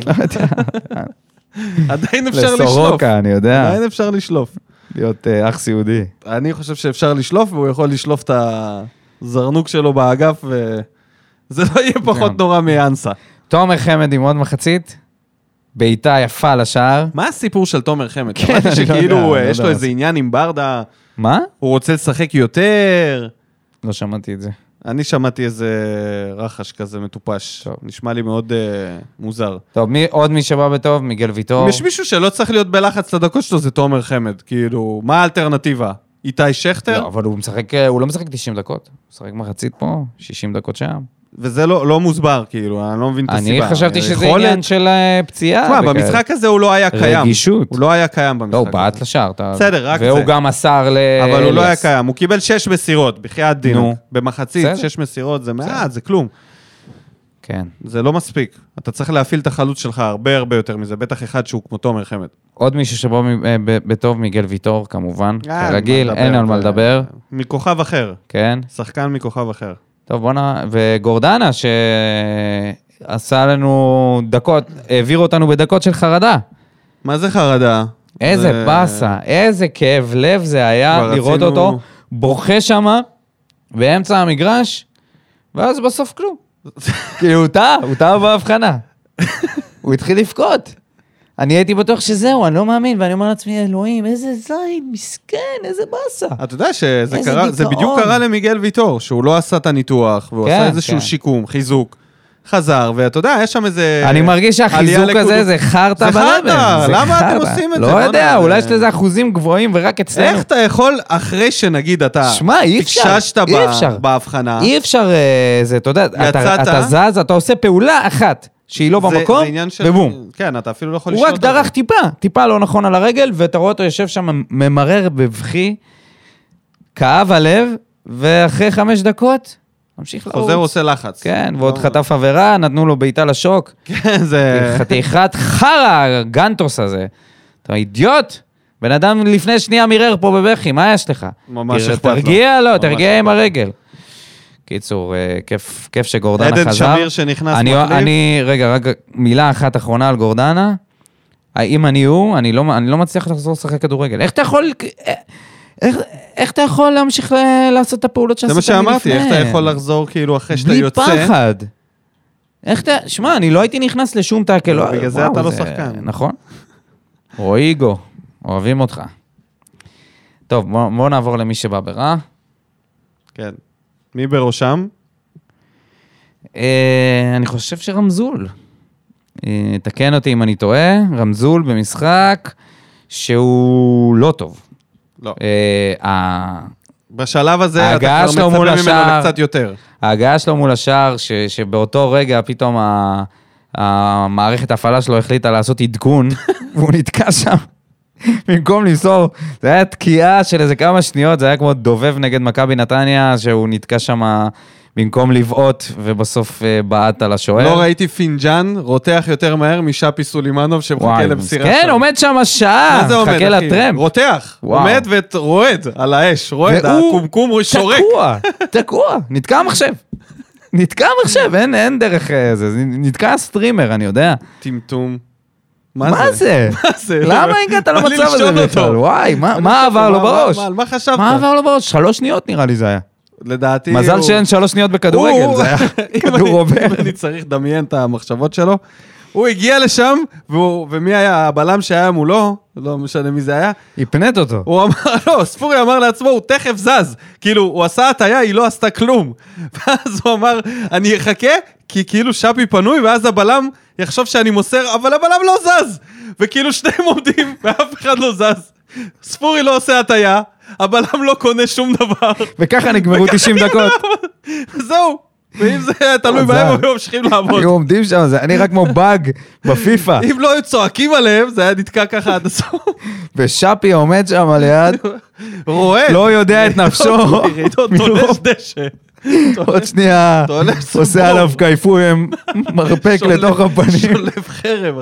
עדיין אפשר לשלוף. לסורוקה, אני יודע. עדיין אפשר לשלוף. להיות אח סיעודי. אני חושב שאפשר לשלוף, והוא יכול לשלוף את הזרנוק שלו באגף, וזה לא יהיה פחות נורא מאנסה. תומר חמד עם עוד מחצית, בעיטה יפה לשער. מה הסיפור של תומר חמד? שמעתי שכאילו יש לו איזה עניין עם ברדה. מה? הוא רוצה לשחק יותר. לא שמעתי את זה. אני שמעתי איזה רחש כזה מטופש. נשמע לי מאוד מוזר. טוב, עוד מי שבא בטוב, מיגל ויטור. יש מישהו שלא צריך להיות בלחץ לדקות שלו, זה תומר חמד. כאילו, מה האלטרנטיבה? איתי שכטר? לא, אבל הוא משחק, הוא לא משחק תשעים דקות. הוא משחק מחצית פה, שישים דקות שם. וזה לא, לא מוסבר, כאילו, אני לא מבין את הסיבה. אני חשבתי שזה עניין של פציעה. תשמע, במשחק הזה הוא לא היה קיים. רגישות. הוא לא היה קיים במשחק. לא, הוא בעט לשער. בסדר, רק זה. והוא גם מסר ל... אבל הוא לא היה קיים. הוא קיבל שש מסירות, בחייאת דין. במחצית, שש מסירות, זה מעט, זה כלום. כן. זה לא מספיק. אתה צריך להפעיל את החלוץ שלך הרבה הרבה יותר מזה. בטח אחד שהוא כמו תומר חמד. עוד מישהו שבו בטוב, מיגל ויטור, כמובן. כרגיל, אין על מה לדבר. מכוכב אחר. כן. שחקן מכוכב אחר. טוב, בוא נ... וגורדנה, שעשה לנו דקות, העביר אותנו בדקות של חרדה. מה זה חרדה? איזה זה... פסה, איזה כאב לב זה היה לראות רצינו... אותו, בוכה שמה, באמצע המגרש, ואז בסוף כלום. כי הוא טעה, הוא טעה בהבחנה. הוא התחיל לפקוט. אני הייתי בטוח שזהו, אני לא מאמין, ואני אומר לעצמי, אלוהים, איזה זין, מסכן, איזה בסה. אתה יודע שזה קרה, זה בדיוק קרה למיגל ויטור, שהוא לא עשה את הניתוח, והוא עשה איזשהו שיקום, חיזוק, חזר, ואתה יודע, יש שם איזה... אני מרגיש שהחיזוק הזה זה חרטה ברבר. זה חרטה, למה אתם עושים את זה? לא יודע, אולי יש לזה אחוזים גבוהים ורק אצלנו. איך אתה יכול, אחרי שנגיד אתה הקששת בהבחנה, אי אפשר, אתה יודע, אתה זז, אתה עושה פעולה אחת. שהיא לא במקום, ובום. כן, אתה אפילו לא יכול לשלוט. הוא רק דרך טיפה, טיפה לא נכון על הרגל, ואתה רואה אותו יושב שם ממרר בבכי, כאב הלב, ואחרי חמש דקות, ממשיך לערוץ. חוזר עושה לחץ. כן, ועוד חטף עבירה, נתנו לו בעיטה לשוק. כן, זה... חתיכת חרא, הגנטוס הזה. אתה אידיוט? בן אדם לפני שנייה מירר פה בבכי, מה יש לך? ממש אכפת לו. תרגיע לו, תרגיע עם הרגל. קיצור, כיף, כיף שגורדנה חזר. עדן שמיר שנכנס אני, מחליף. אני, רגע, רגע, מילה אחת אחרונה על גורדנה. האם אני הוא, אני לא, אני לא מצליח לחזור לשחק כדורגל. איך אתה יכול, איך, איך אתה יכול להמשיך לעשות את הפעולות שעשית לפני? זה מה שאמרתי, איך אתה יכול לחזור כאילו אחרי שאתה יוצא? בלי פחד. איך אתה, שמע, אני לא הייתי נכנס לשום טאקל. בגלל זה אתה לא שחקן. נכון. רואיגו, אוהבים אותך. טוב, בוא, בוא נעבור למי שבא ברע. כן. מי בראשם? אני חושב שרמזול. תקן אותי אם אני טועה, רמזול במשחק, שהוא לא טוב. לא. אה, בשלב הזה אתה כבר מצפה ממנו קצת יותר. ההגעה שלו מול השער, ש, שבאותו רגע פתאום ה, המערכת ההפעלה שלו החליטה לעשות עדכון, והוא נתקע שם. במקום למסור, זה היה תקיעה של איזה כמה שניות, זה היה כמו דובב נגד מכבי נתניה, שהוא נתקע שם במקום לבעוט, ובסוף בעט על השוער. לא ראיתי פינג'אן רותח יותר מהר משאפי סולימנוב, שמחכה לבסירה שם. כן, עומד שם שעה, מחכה לטרמפ. רותח, עומד ורועד על האש, רועד, הקומקום שורק. תקוע, תקוע, נתקע המחשב. נתקע המחשב, אין דרך זה, נתקע סטרימר, אני יודע. טמטום. מה זה? מה זה? למה הגעת למצב הזה בכלל? וואי, מה עבר לו בראש? מה חשבת? מה עבר לו בראש? שלוש שניות נראה לי זה היה. לדעתי... מזל שאין שלוש שניות בכדורגל, זה היה כדור עובר. אם אני צריך לדמיין את המחשבות שלו, הוא הגיע לשם, ומי היה הבלם שהיה מולו, לא משנה מי זה היה. הפנית אותו. הוא אמר, לא, ספורי אמר לעצמו, הוא תכף זז. כאילו, הוא עשה הטעיה, היא לא עשתה כלום. ואז הוא אמר, אני אחכה, כי כאילו שפי פנוי, ואז הבלם יחשוב שאני מוסר, אבל הבלם לא זז. וכאילו שניהם עומדים, ואף אחד לא זז. ספורי לא עושה הטעיה, הבלם לא קונה שום דבר. וככה נגמרו תשעים דקות. זהו. ואם זה היה תלוי בהם, הם ממשיכים לעבוד. היו עומדים שם, זה נראה כמו באג בפיפה. אם לא היו צועקים עליהם, זה היה נתקע ככה עד הסוף. ושאפי עומד שם על יד, רואה. לא יודע את נפשו. תולש דשא. עוד שנייה, עושה עליו קייפויים, מרפק לתוך הפנים. שולף חרב.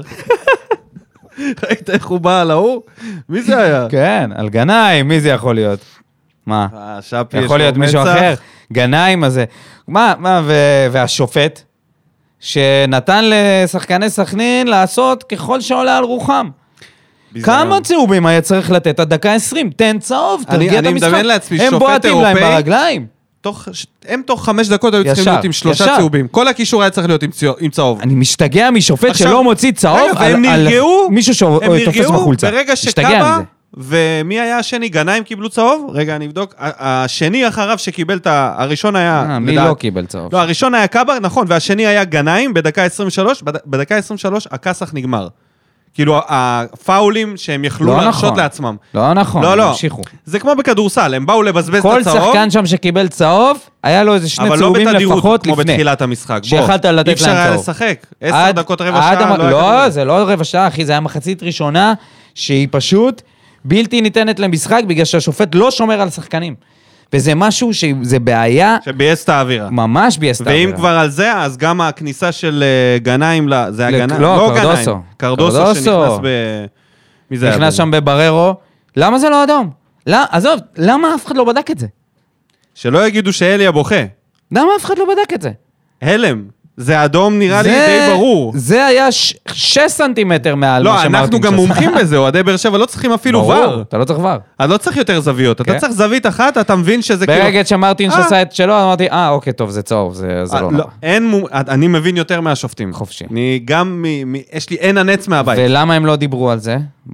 ראית איך הוא בא על ההוא? מי זה היה? כן, על גנאים, מי זה יכול להיות? מה? יכול להיות מישהו אחר? גנאים הזה. מה, מה, והשופט, שנתן לשחקני סכנין לעשות ככל שעולה על רוחם. כמה צהובים היה צריך לתת? עד דקה עשרים, תן צהוב, תרגיע את המשחק. הם בועטים להם ברגליים. הם תוך חמש דקות היו צריכים להיות עם שלושה צהובים. כל הקישור היה צריך להיות עם צהוב. אני משתגע משופט שלא מוציא צהוב על מישהו שתופס בחולצה. ברגע שקאבה, ומי היה השני? גנאים קיבלו צהוב? רגע, אני אבדוק. השני אחריו שקיבל את ה... הראשון היה... מי לא קיבל צהוב? לא, הראשון היה קאבה, נכון, והשני היה גנאים בדקה עשרים ושלוש. בדקה עשרים ושלוש הכסח נגמר. כאילו, הפאולים שהם יכלו להרשות לעצמם. לא נכון, המשיכו. זה כמו בכדורסל, הם באו לבזבז את הצהוב. כל שחקן שם שקיבל צהוב, היה לו איזה שני צהובים לפחות לפני. כמו בתחילת המשחק. שיכלת לתת להם צהוב. אי אפשר היה לשחק. עשר דקות, רבע שעה. לא, זה לא רבע שעה, אחי, זה היה מחצית ראשונה, שהיא פשוט בלתי ניתנת למשחק, בגלל שהשופט לא שומר על שחקנים. וזה משהו שזה בעיה... שבייס את האווירה. ממש בייס את האווירה. ואם כבר על זה, אז גם הכניסה של גנאים, זה היה גנאים? לא, קרדוסו. קרדוסו שנכנס ב... מי זה היה? נכנס שם בבררו. למה זה לא אדום? עזוב, למה אף אחד לא בדק את זה? שלא יגידו שאליה בוכה. למה אף אחד לא בדק את זה? הלם. זה אדום נראה לי די ברור. זה היה שש סנטימטר מעל מה שמרטין. לא, אנחנו גם מומחים בזה, אוהדי באר שבע לא צריכים אפילו ור. ברור, אתה לא צריך ור. אתה לא צריך יותר זוויות, אתה צריך זווית אחת, אתה מבין שזה כאילו... ברגע שמרטין שעשה את שלו, אמרתי, אה, אוקיי, טוב, זה צהוב, זה לא נורא. אני מבין יותר מהשופטים. חופשי. אני גם, יש לי אין הנץ מהבית. ולמה הם לא דיברו על זה?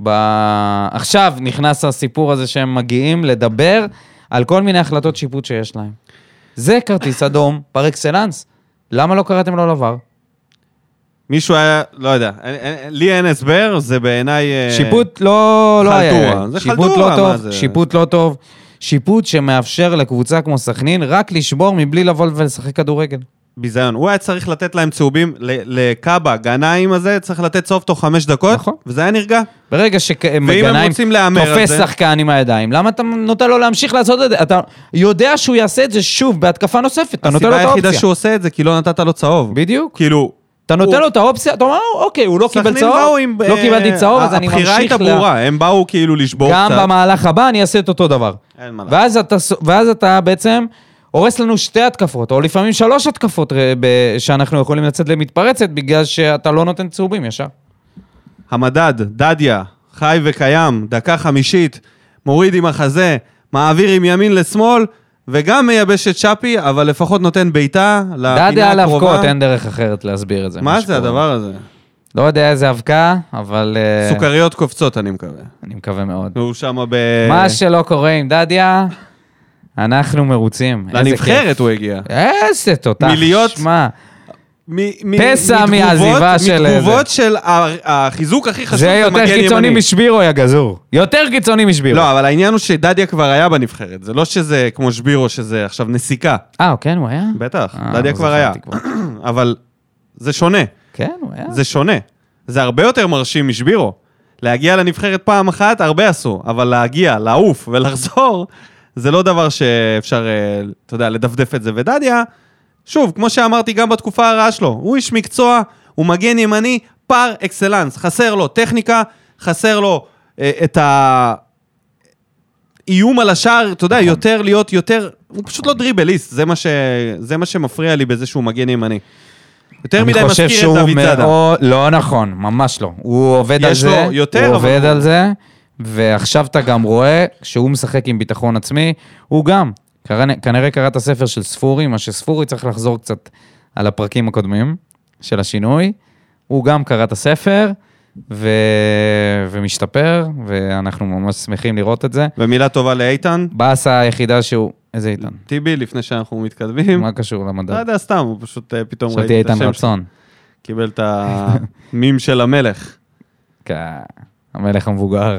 עכשיו נכנס הסיפור הזה שהם מגיעים לדבר על כל מיני החלטות שיפוט שיש להם. זה כרטיס אדום, פר אקסלנס. למה לא קראתם לו לבר? מישהו היה, לא יודע, לי אין הסבר, זה בעיניי... שיפוט לא, לא היה. זה שיפוט חלטורה, לא טוב, שיפוט לא טוב. שיפוט שמאפשר לקבוצה כמו סכנין רק לשבור מבלי לבוא ולשחק כדורגל. ביזיון. הוא היה צריך לתת להם צהובים לקאבה, גנאים הזה, צריך לתת צהוב תוך חמש דקות, נכון. וזה היה נרגע. ברגע שגנאים תופס שחקן עם הידיים, למה אתה נותן לו להמשיך לעשות את זה? אתה יודע שהוא יעשה את זה שוב בהתקפה נוספת, אתה נותן לו את האופציה. הסיבה היחידה שהוא עושה את זה, כי לא נתת לו צהוב. בדיוק. כאילו... אתה נותן לו את האופציה, אתה אומר, אוקיי, הוא לא קיבל צהוב, לא קיבלתי צהוב, אז אני ממשיך... הבחירה הייתה ברורה, הם באו כאילו לשבור קצת. גם במהלך הבא אני אעשה את אותו דבר. ואז אתה בעצם... הורס לנו שתי התקפות, או לפעמים שלוש התקפות שאנחנו יכולים לצאת למתפרצת, בגלל שאתה לא נותן צהובים ישר. המדד, דדיה, חי וקיים, דקה חמישית, מוריד עם החזה, מעביר עם ימין לשמאל, וגם מייבש את שפי, אבל לפחות נותן ביתה לפינה הקרובה. דדיה על אבקות, אין דרך אחרת להסביר את זה. מה זה הדבר הזה? לא יודע איזה אבקה, אבל... סוכריות קופצות, אני מקווה. אני מקווה מאוד. הוא שמה ב... מה שלא קורה עם דדיה... אנחנו מרוצים. לנבחרת הוא הגיע. איזה תותח. מלהיות... שמה. פסע מהעזיבה של... מתגובות של החיזוק הכי חשוב. זה יותר קיצוני משבירו, יא גזור. יותר קיצוני משבירו. לא, אבל העניין הוא שדדיה כבר היה בנבחרת. זה לא שזה כמו שבירו, שזה עכשיו נסיקה. אה, כן, הוא היה? בטח, דדיה כבר היה. אבל זה שונה. כן, הוא היה. זה שונה. זה הרבה יותר מרשים משבירו. להגיע לנבחרת פעם אחת, הרבה עשו. אבל להגיע, לעוף ולחזור, זה לא דבר שאפשר, אתה יודע, לדפדף את זה. ודדיה, שוב, כמו שאמרתי גם בתקופה הרעה שלו, הוא איש מקצוע, הוא מגן ימני, פר אקסלנס, חסר לו טכניקה, חסר לו אה, את האיום על השער, אתה יודע, יותר להיות יותר, הוא פשוט לא דריבליסט, זה מה, ש... זה מה שמפריע לי בזה שהוא מגן ימני. יותר מדי מזכיר את דוד זאדה. מאוד... לא נכון, ממש לא. הוא עובד על זה, יותר, הוא עובד על זה, ועכשיו אתה גם רואה, שהוא משחק עם ביטחון עצמי, הוא גם, כנראה קרא את הספר של ספורי, מה שספורי צריך לחזור קצת על הפרקים הקודמים של השינוי, הוא גם קרא את הספר, ו... ומשתפר, ואנחנו ממש שמחים לראות את זה. ומילה טובה לאיתן. באסה היחידה שהוא... איזה איתן? טיבי, לפני שאנחנו מתקדמים. מה קשור למדד? לא יודע, סתם, הוא פשוט פתאום ראיתי את השם. שתי איתן רצון. קיבל את המים של המלך. כן, המלך המבוגר.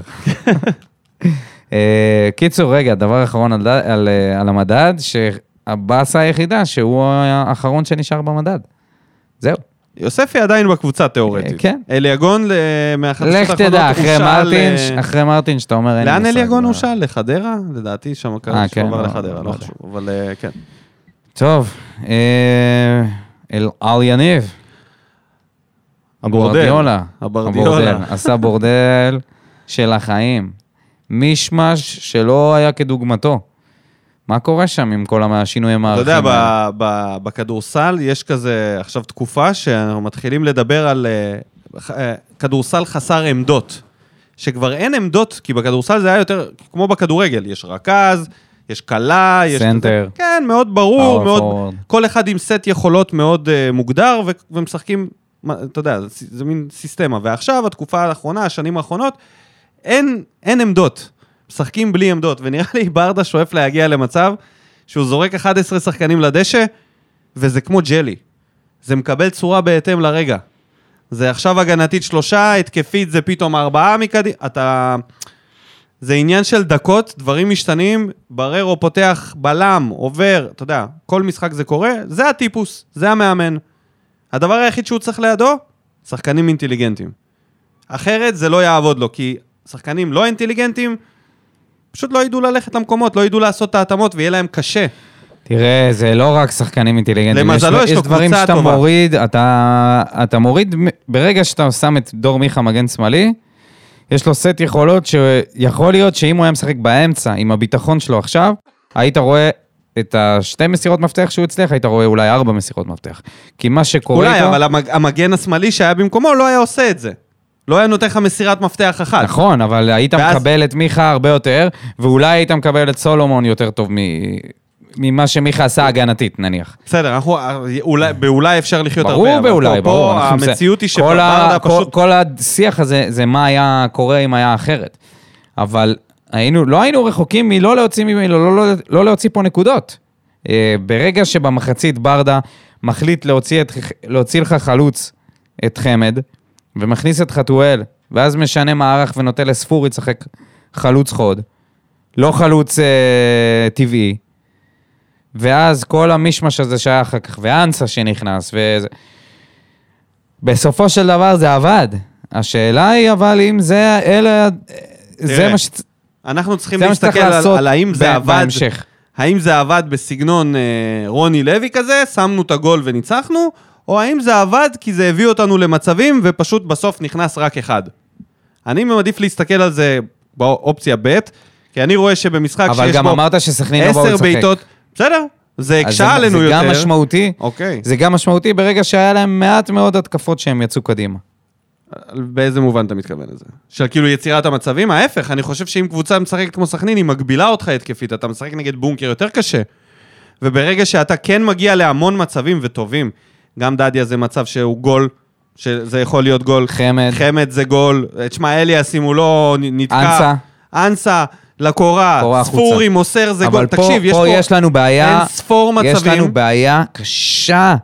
קיצור, רגע, דבר אחרון על, על, על המדד, שהבאסה היחידה שהוא האחרון שנשאר במדד. זהו. יוספי עדיין בקבוצה תיאורטית. כן. אליגון מהחדשות האחרונות הוא שאל... לך תדע, אחרי מרטין, אחרי מרטין שאתה אומר... לאן אליגון הוא שאל? לחדרה? לדעתי שם קרה שהוא עבר לחדרה, לא חשוב, אבל כן. טוב, אל יניב. הבורדל. הבורדל. עשה בורדל של החיים. מישמש שלא היה כדוגמתו. מה קורה שם עם כל השינויים הערכים? אתה יודע, בכדורסל יש כזה עכשיו תקופה שאנחנו מתחילים לדבר על כדורסל חסר עמדות. שכבר אין עמדות, כי בכדורסל זה היה יותר כמו בכדורגל. יש רכז, יש קלה, יש... סנטר. כן, מאוד ברור, מאוד... כל אחד עם סט יכולות מאוד מוגדר, ומשחקים, אתה יודע, זה מין סיסטמה. ועכשיו, התקופה האחרונה, השנים האחרונות, אין, אין עמדות. משחקים בלי עמדות, ונראה לי ברדה שואף להגיע למצב שהוא זורק אחד עשר שחקנים לדשא, וזה כמו ג'לי. זה מקבל צורה בהתאם לרגע. זה עכשיו הגנתית שלושה, התקפית זה פתאום ארבעה מקדימה. אתה... זה עניין של דקות, דברים משתנים, בררו פותח בלם, עובר, אתה יודע, כל משחק זה קורה, זה הטיפוס, זה המאמן. הדבר היחיד שהוא צריך לידו, שחקנים אינטליגנטים. אחרת זה לא יעבוד לו, כי שחקנים לא אינטליגנטים, פשוט לא ידעו ללכת למקומות, לא ידעו לעשות את ההתאמות, ויהיה להם קשה. תראה, זה לא רק שחקנים אינטליגנטים. למזלו יש לו קבוצה טובה. יש דברים שאתה מוריד, אתה, אתה מוריד, ברגע שאתה שם את דור מיכה מגן שמאלי, יש לו סט יכולות שיכול להיות שאם הוא היה משחק באמצע, עם הביטחון שלו עכשיו, היית רואה את השתי מסירות מפתח שהוא הצליח, היית רואה אולי ארבע מסירות מפתח. כי מה שקורה אולי, איתו... אבל המגן השמאלי שהיה במקומו לא היה עושה את זה. לא היה נותן לך מסירת מפתח אחת. נכון, אבל היית ואז... מקבל את מיכה הרבה יותר, ואולי היית מקבל את סולומון יותר טוב מ... ממה שמיכה עשה הגנתית, נניח. בסדר, אנחנו, אולי, באולי אפשר לחיות ברור הרבה. באולי, פה, ברור. פה המציאות היא שברדה פשוט... כל השיח הזה, זה מה היה קורה אם היה אחרת. אבל היינו, לא היינו רחוקים מלא להוציא, מלא, לא, לא, לא להוציא פה נקודות. ברגע שבמחצית ברדה מחליט להוציא, את, להוציא לך חלוץ את חמד, ומכניס את חתואל, ואז משנה מערך ונוטה לספור, יצחק חלוץ חוד, לא חלוץ אה, טבעי, ואז כל המשמש הזה שהיה אחר כך, ואנסה שנכנס, וזה... בסופו של דבר זה עבד. השאלה היא, אבל אם זה, אלה, זה מה ש... אנחנו צריכים להסתכל על, על האם זה עבד, בהמשך. האם זה עבד בסגנון אה, רוני לוי כזה, שמנו את הגול וניצחנו, או האם זה עבד כי זה הביא אותנו למצבים, ופשוט בסוף נכנס רק אחד. אני מעדיף להסתכל על זה באופציה ב', כי אני רואה שבמשחק שיש בו... אבל גם אמרת שסכנין לא באו לצחק. בסדר, זה הקשה עלינו יותר. זה גם משמעותי. אוקיי. זה גם משמעותי ברגע שהיה להם מעט מאוד התקפות שהם יצאו קדימה. באיזה מובן אתה מתכוון לזה? של כאילו יצירת המצבים? ההפך, אני חושב שאם קבוצה משחקת כמו סכנין, היא מגבילה אותך התקפית, אתה משחק נגד בונקר יותר קשה. וברגע שאתה כן מגיע להמון מצבים וטובים, גם דדיה זה מצב שהוא גול, שזה יכול להיות גול. חמד. חמד זה גול. תשמע, אליאס, אם הוא לא נתקע. אנסה. אנסה, לקורה, ספורי, מוסר, זה גול. אבל פה, תקשיב, יש פה פה יש לנו בעיה, אין ספור מצבים. יש לנו בעיה קשה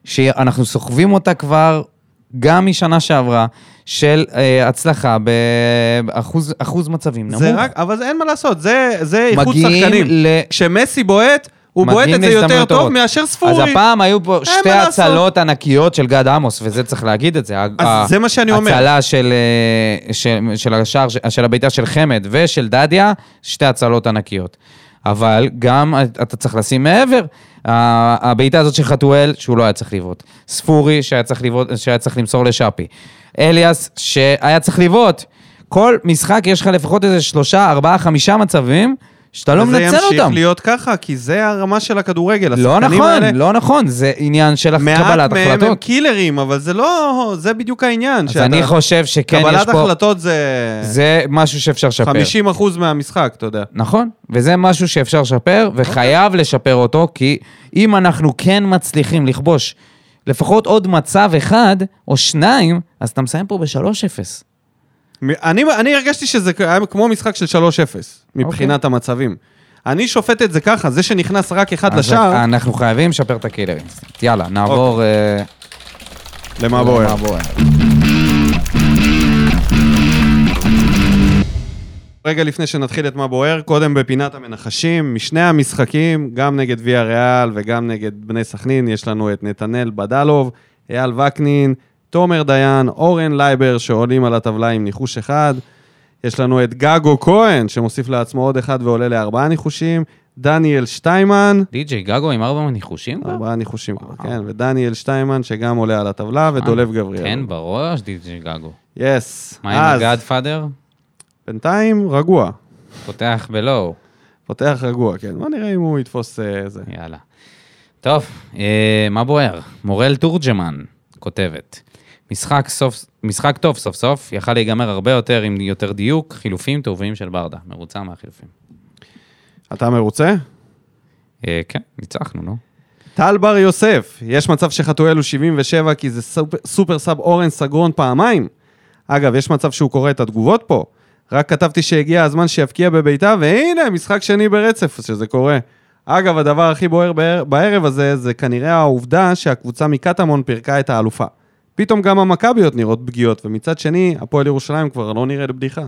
שאנחנו סוחבים אותה כבר גם משנה שעברה, של אה, הצלחה באחוז אחוז מצבים נמוך. זה רק, אבל אין מה לעשות, זה, זה איכות שחקנים. ל... כשמסי בועט, הוא בועט את זה יותר טוב מאשר ספורי. אז הפעם היו פה שתי הצלות ענקיות של גד עמוס, וזה צריך להגיד את זה. אז זה מה שאני אומר. הצלה של, של, של השער, של הביתה של חמד ושל דדיה, שתי הצלות ענקיות. אבל גם אתה צריך לשים מעבר, הביתה הזאת של חתואל, שהוא לא היה צריך לבעוט. ספורי, שהיה צריך לבעוט, שהיה צריך למסור לשאפי. אליאס, שהיה צריך לבעוט. כל משחק יש לך לפחות איזה שלושה, ארבעה, חמישה מצבים, שאתה לא מנצל אותם. וזה ימשיך להיות ככה, כי זה הרמה של הכדורגל. לא נכון, לא נכון, זה עניין של קבלת החלטות. מעט מהם הם קילרים, אבל זה לא, זה בדיוק העניין. אז אני חושב שכן יש פה... קבלת החלטות זה... זה משהו שאפשר לשפר. חמישים אחוז מהמשחק, אתה יודע. נכון, וזה משהו שאפשר לשפר, וחייב לשפר אותו, כי אם אנחנו כן מצליחים לכבוש לפחות עוד מצב אחד או שניים, אז אתה מסיים פה ב-שלוש אפס. אני, אני הרגשתי שזה היה כמו משחק של שלוש אפס, מבחינת okay. המצבים. אני שופט את זה ככה, זה שנכנס רק אחד לשער... אנחנו חייבים לשפר את הקילרים. יאללה, נעבור... Okay. Uh... למה בוער. רגע לפני שנתחיל את מה בוער, קודם בפינת המנחשים, משני המשחקים, גם נגד ויה ריאל וגם נגד בני סכנין, יש לנו את נתנאל בדלוב, אייל וקנין, תומר דיין, אורן לייבר שעולים על הטבלה עם ניחוש אחד, יש לנו את גגו כהן שמוסיף לעצמו עוד אחד ועולה לארבעה ניחושים, דניאל שטיימן. די.ג'יי גגו עם ארבעה ניחושים? ארבעה ניחושים, כן, ודניאל שטיימן שגם עולה על הטבלה, ודולב גבריאל. כן, בראש, די.ג'יי גגו. יס. מה עם הגאד פאדר? בינתיים רגוע. פותח בלואו. פותח רגוע, כן. מה נראה אם הוא יתפוס זה. יאללה. טוב, מה בוער? מורל תורג'מן כותבת. משחק, סוף, משחק טוב סוף סוף, יכל להיגמר הרבה יותר עם יותר דיוק, חילופים טובים של ברדה. מרוצה מהחילופים. אתה מרוצה? אה, כן, ניצחנו, נו. טל בר יוסף, יש מצב שחתואל הוא שבעים ושבע, כי זה סופר, סופר סאב אורן סגרון פעמיים. אגב, יש מצב שהוא קורא את התגובות פה. רק כתבתי שהגיע הזמן שיפקיע בביתה, והנה, משחק שני ברצף, שזה קורה. אגב, הדבר הכי בוער בערב הזה, זה כנראה העובדה שהקבוצה מקטמון פרקה את האלופה. פתאום גם המכביות נראות פגיעות, ומצד שני, הפועל ירושלים כבר לא נראה לבדיחה.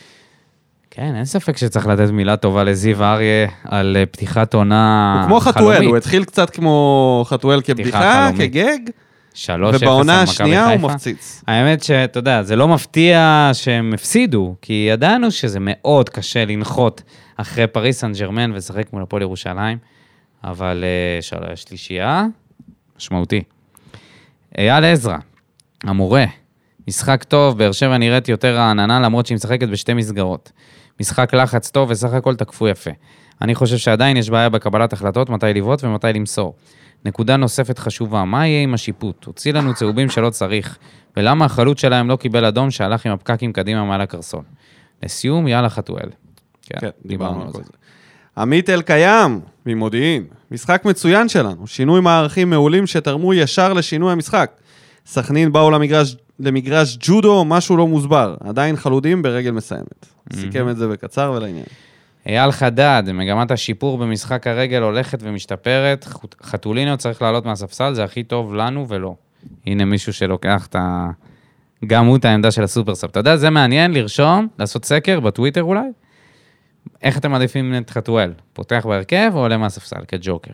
כן, אין ספק שצריך לתת מילה טובה לזיו אריה על פתיחת עונה חלומית. הוא כמו חתואל, הוא התחיל קצת כמו חתואל כבדיחה, כגג, ובעונה השנייה הוא מפציץ. האמת שאתה יודע, זה לא מפתיע שהם הפסידו, כי ידענו שזה מאוד קשה לנחות אחרי פריס סן ז'רמן ולשחק מול הפועל ירושלים, אבל שלישייה, משמעותי. אייל עזרא, המורה, משחק טוב, באר שבע נראית יותר העננה, למרות שהיא משחקת בשתי מסגרות. משחק לחץ טוב וסך הכל תקפו יפה. אני חושב שעדיין יש בעיה בקבלת החלטות, מתי לבעוט ומתי למסור. נקודה נוספת חשובה, מה יהיה עם השיפוט? הוציא לנו צהובים שלא צריך, ולמה החלוץ שלהם לא קיבל אדום שהלך עם הפקקים קדימה מעל הקרסון. לסיום, יאללה חתואל. כן, כן דיברנו על זה. עמית אל קיים, ממודיעין, משחק מצוין שלנו, שינוי מערכים מעולים שתרמו ישר לשינוי המשחק. סכנין באו למגרש, למגרש ג'ודו, משהו לא מוסבר, עדיין חלודים ברגל מסיימת. סיכם את זה בקצר ולעניין. אייל חדד, מגמת השיפור במשחק הרגל הולכת ומשתפרת, חתולינו צריך לעלות מהספסל, זה הכי טוב לנו ולא. הנה מישהו שלוקח את ה... גם הוא את העמדה של הסופרסאב. אתה יודע, זה מעניין לרשום, לעשות סקר בטוויטר אולי? איך אתם מעדיפים את חתואל? פותח בהרכב או עולה מהספסל כג'וקר?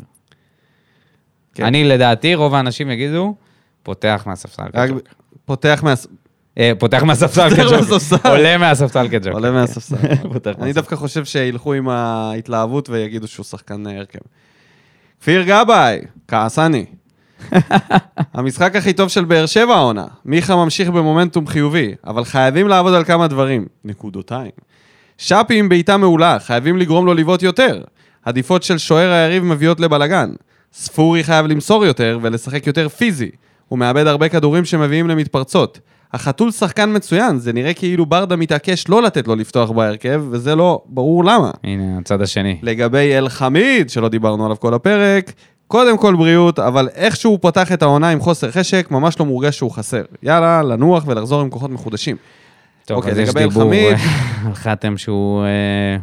כן. אני לדעתי, רוב האנשים יגידו, פותח מהספסל כג'וקר. פותח מהספסל. פותח מהספסל כג'וקר. עולה מהספסל כג'וקר. עולה מהספסל. אני דווקא חושב שילכו עם ההתלהבות ויגידו שהוא שחקן הרכב. כפיר גבאי, כעסני. המשחק הכי טוב של באר שבע העונה. מיכה ממשיך במומנטום חיובי, אבל חייבים לעבוד על כמה דברים. נקודותיים. שפי עם בעיטה מעולה, חייבים לגרום לו לבעוט יותר. עדיפות של שוער היריב מביאות לבלגן. ספורי חייב למסור יותר ולשחק יותר פיזי. הוא מאבד הרבה כדורים שמביאים למתפרצות. החתול שחקן מצוין, זה נראה כאילו ברדה מתעקש לא לתת לו לפתוח בהרכב, וזה לא ברור למה. הנה, הצד השני. לגבי אל חמיד, שלא דיברנו עליו כל הפרק, קודם כל בריאות, אבל איך שהוא פתח את העונה עם חוסר חשק, ממש לא מורגש שהוא חסר. יאללה, לנוח ולחזור עם כוחות מחודשים. טוב, אוקיי, אז יש דיבור על חתם שהוא...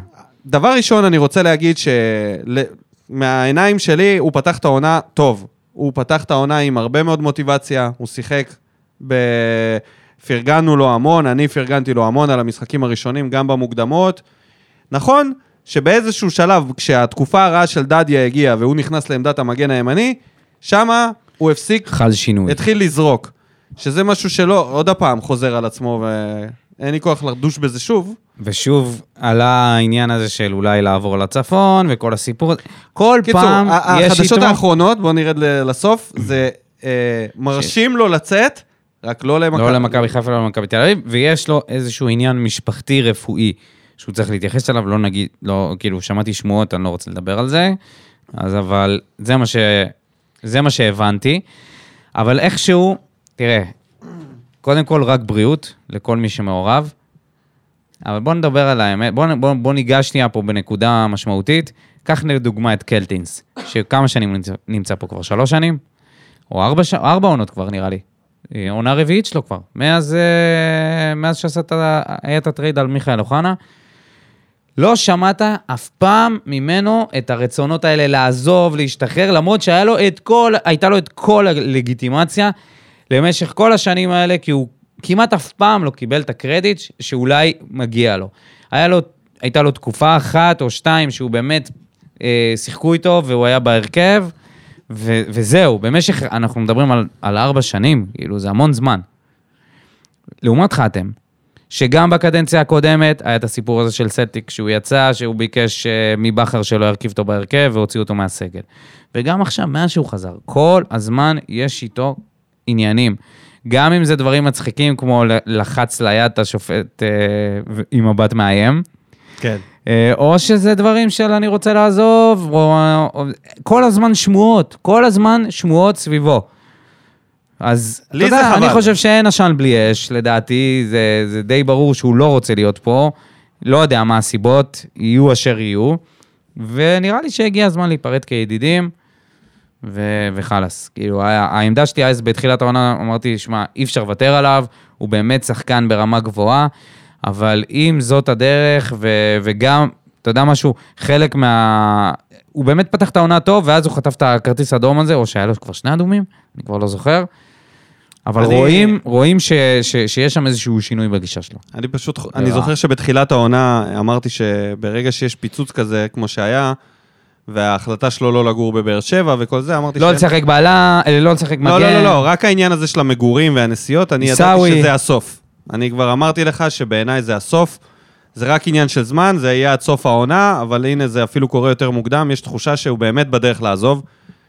דבר ראשון, אני רוצה להגיד שמהעיניים שלי, הוא פתח את העונה טוב. הוא פתח את העונה עם הרבה מאוד מוטיבציה, הוא שיחק, ב... פרגנו לו המון, אני פרגנתי לו המון על המשחקים הראשונים, גם במוקדמות. נכון שבאיזשהו שלב, כשהתקופה הרעה של דדיה הגיעה, והוא נכנס לעמדת המגן הימני, שמה הוא הפסיק, חל שינוי. התחיל לזרוק, שזה משהו שלא, עוד הפעם חוזר על עצמו, ואין לי כוח לדוש בזה שוב. ושוב עלה העניין הזה של אולי לעבור לצפון, וכל הסיפור, כל קיצור, פעם יש איתו... החדשות האחרונות, בואו נרד לסוף, זה אה, מרשים לו לצאת, רק לא למכבי. לא למכבי חיפה, לא למכבי תל אביב, ויש לו איזשהו עניין משפחתי רפואי, שהוא צריך להתייחס אליו, לא נגיד, לא, כאילו, שמעתי שמועות, אני לא רוצה לדבר על זה, אז אבל זה מה ש... זה מה שהבנתי, אבל איכשהו, תראה, קודם כל רק בריאות, לכל מי שמעורב, אבל בוא נדבר על האמת, בוא, בוא, בוא ניגש שנייה פה בנקודה משמעותית, קח לדוגמה את קלטינס, שכמה שנים נמצא, נמצא פה כבר, שלוש שנים, או ארבע, ארבע עונות כבר נראה לי, עונה רביעית שלו כבר, מאז, מאז שעשת, היה את הטרייד על מיכאל אוחנה, לא שמעת אף פעם ממנו את הרצונות האלה לעזוב, להשתחרר, למרות שהיה לו את כל, הייתה לו את כל הלגיטימציה למשך כל השנים האלה, כי הוא כמעט אף פעם לא קיבל את הקרדיט שאולי מגיע לו. היה לו, הייתה לו תקופה אחת או שתיים שהוא באמת אה, שיחקו איתו והוא היה בהרכב, ו, וזהו, במשך, אנחנו מדברים על, על ארבע שנים, כאילו זה המון זמן. לעומת חתם, שגם בקדנציה הקודמת היה את הסיפור הזה של סלטיק, שהוא יצא, שהוא ביקש מבחר שלו ירכיב אותו בהרכב, והוציא אותו מהסגל. וגם עכשיו, מאז שהוא חזר, כל הזמן יש איתו עניינים. גם אם זה דברים מצחיקים, כמו לחץ ליד את השופט אה, עם מבט מאיים, כן. אה, או שזה דברים של אני רוצה לעזוב, או, או, כל הזמן שמועות, כל הזמן שמועות סביבו. אז אתה יודע, אני חושב שאין עשן בלי אש, לדעתי זה, זה די ברור שהוא לא רוצה להיות פה, לא יודע מה הסיבות, יהיו אשר יהיו, ונראה לי שהגיע הזמן להיפרד כידידים, ו- וחלס. כאילו, העמדה שלי אז בתחילת העונה, אמרתי, שמה, אי אפשר לוותר עליו, הוא באמת שחקן ברמה גבוהה, אבל אם זאת הדרך, ו- וגם, אתה יודע משהו, חלק מה... הוא באמת פתח את העונה טוב, ואז הוא חטף את הכרטיס האדום הזה, או שהיה לו כבר שני אדומים, אני כבר לא זוכר, אבל אני... רואים, רואים ש, ש, שיש שם איזשהו שינוי בגישה שלו. אני פשוט, אני זוכר שבתחילת העונה אמרתי שברגע שיש פיצוץ כזה, כמו שהיה, וההחלטה שלו לא לגור בבאר שבע וכל זה, אמרתי לא לשחק בעלה, לא לשחק מגן. לא, לא, לא, לא, רק העניין הזה של המגורים והנסיעות, אני ידעתי שזה הסוף. אני כבר אמרתי לך שבעיניי זה הסוף, זה רק עניין של זמן, זה יהיה עד סוף העונה, אבל הנה זה אפילו קורה יותר מוקדם, יש תחושה שהוא באמת בדרך לעזוב.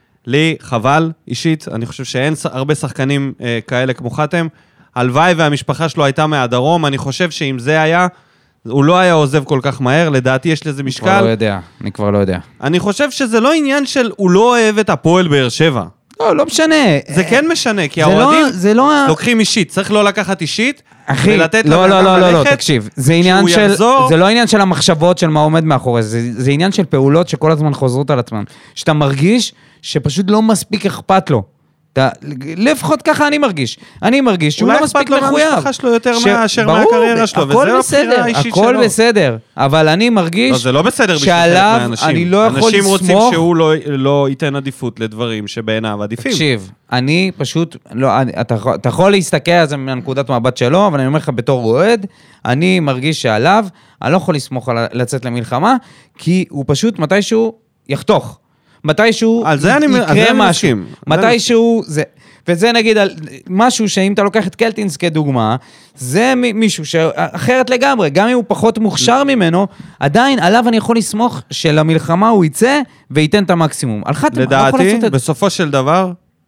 לי חבל אישית, אני חושב שאין הרבה שחקנים אה, כאלה כמו חתם, הלוואי והמשפחה שלו הייתה מהדרום, אני חושב שאם זה היה, הוא לא היה עוזב כל כך מהר, לדעתי יש לזה משקל. אני כבר לא יודע, אני כבר לא יודע. אני חושב שזה לא עניין של, הוא לא אוהב את הפועל באר שבע. לא, לא משנה. זה כן משנה, כי האוהדים לא... לוקחים אישית, צריך לא לקחת אישית, אחי, לא, לא, לא, לא, לא, תקשיב, זה עניין של, זה לא עניין של המחשבות של מה עומד מאחורי, זה, זה עניין של פעולות שכל הזמן חוזרות על עצמן, שאתה מרגיש שפשוט לא מספיק אכפת לו, אתה, לפחות ככה אני מרגיש, אני מרגיש שהוא לא מספיק מחויב. אולי אכפת לו מהמשפחה שלו יותר מאשר מהקריירה שלו, וזה הבחירה האישית שלו. הכל בסדר, אבל אני מרגיש לא, זה לא בסדר שעליו אני לא יכול לסמוך. אנשים רוצים שהוא לא, לא ייתן עדיפות לדברים שבעיניו עדיפים. תקשיב, אני פשוט, לא, אני, אתה, אתה יכול להסתכל על זה מהנקודת מבט שלו, אבל אני אומר לך בתור אוהד, אני מרגיש שעליו, אני לא יכול לסמוך על לצאת למלחמה, כי הוא פשוט מתישהו יחתוך. מתישהו יקרה משהו, מתישהו זה, וזה נגיד על משהו שאם אתה לוקח את קלטינס כדוגמה, זה מישהו שאחרת לגמרי, גם אם הוא פחות מוכשר ממנו, עדיין עליו אני יכול לסמוך שלמלחמה הוא יצא וייתן את המקסימום. על חתם, לדעתי, בסופו של דבר,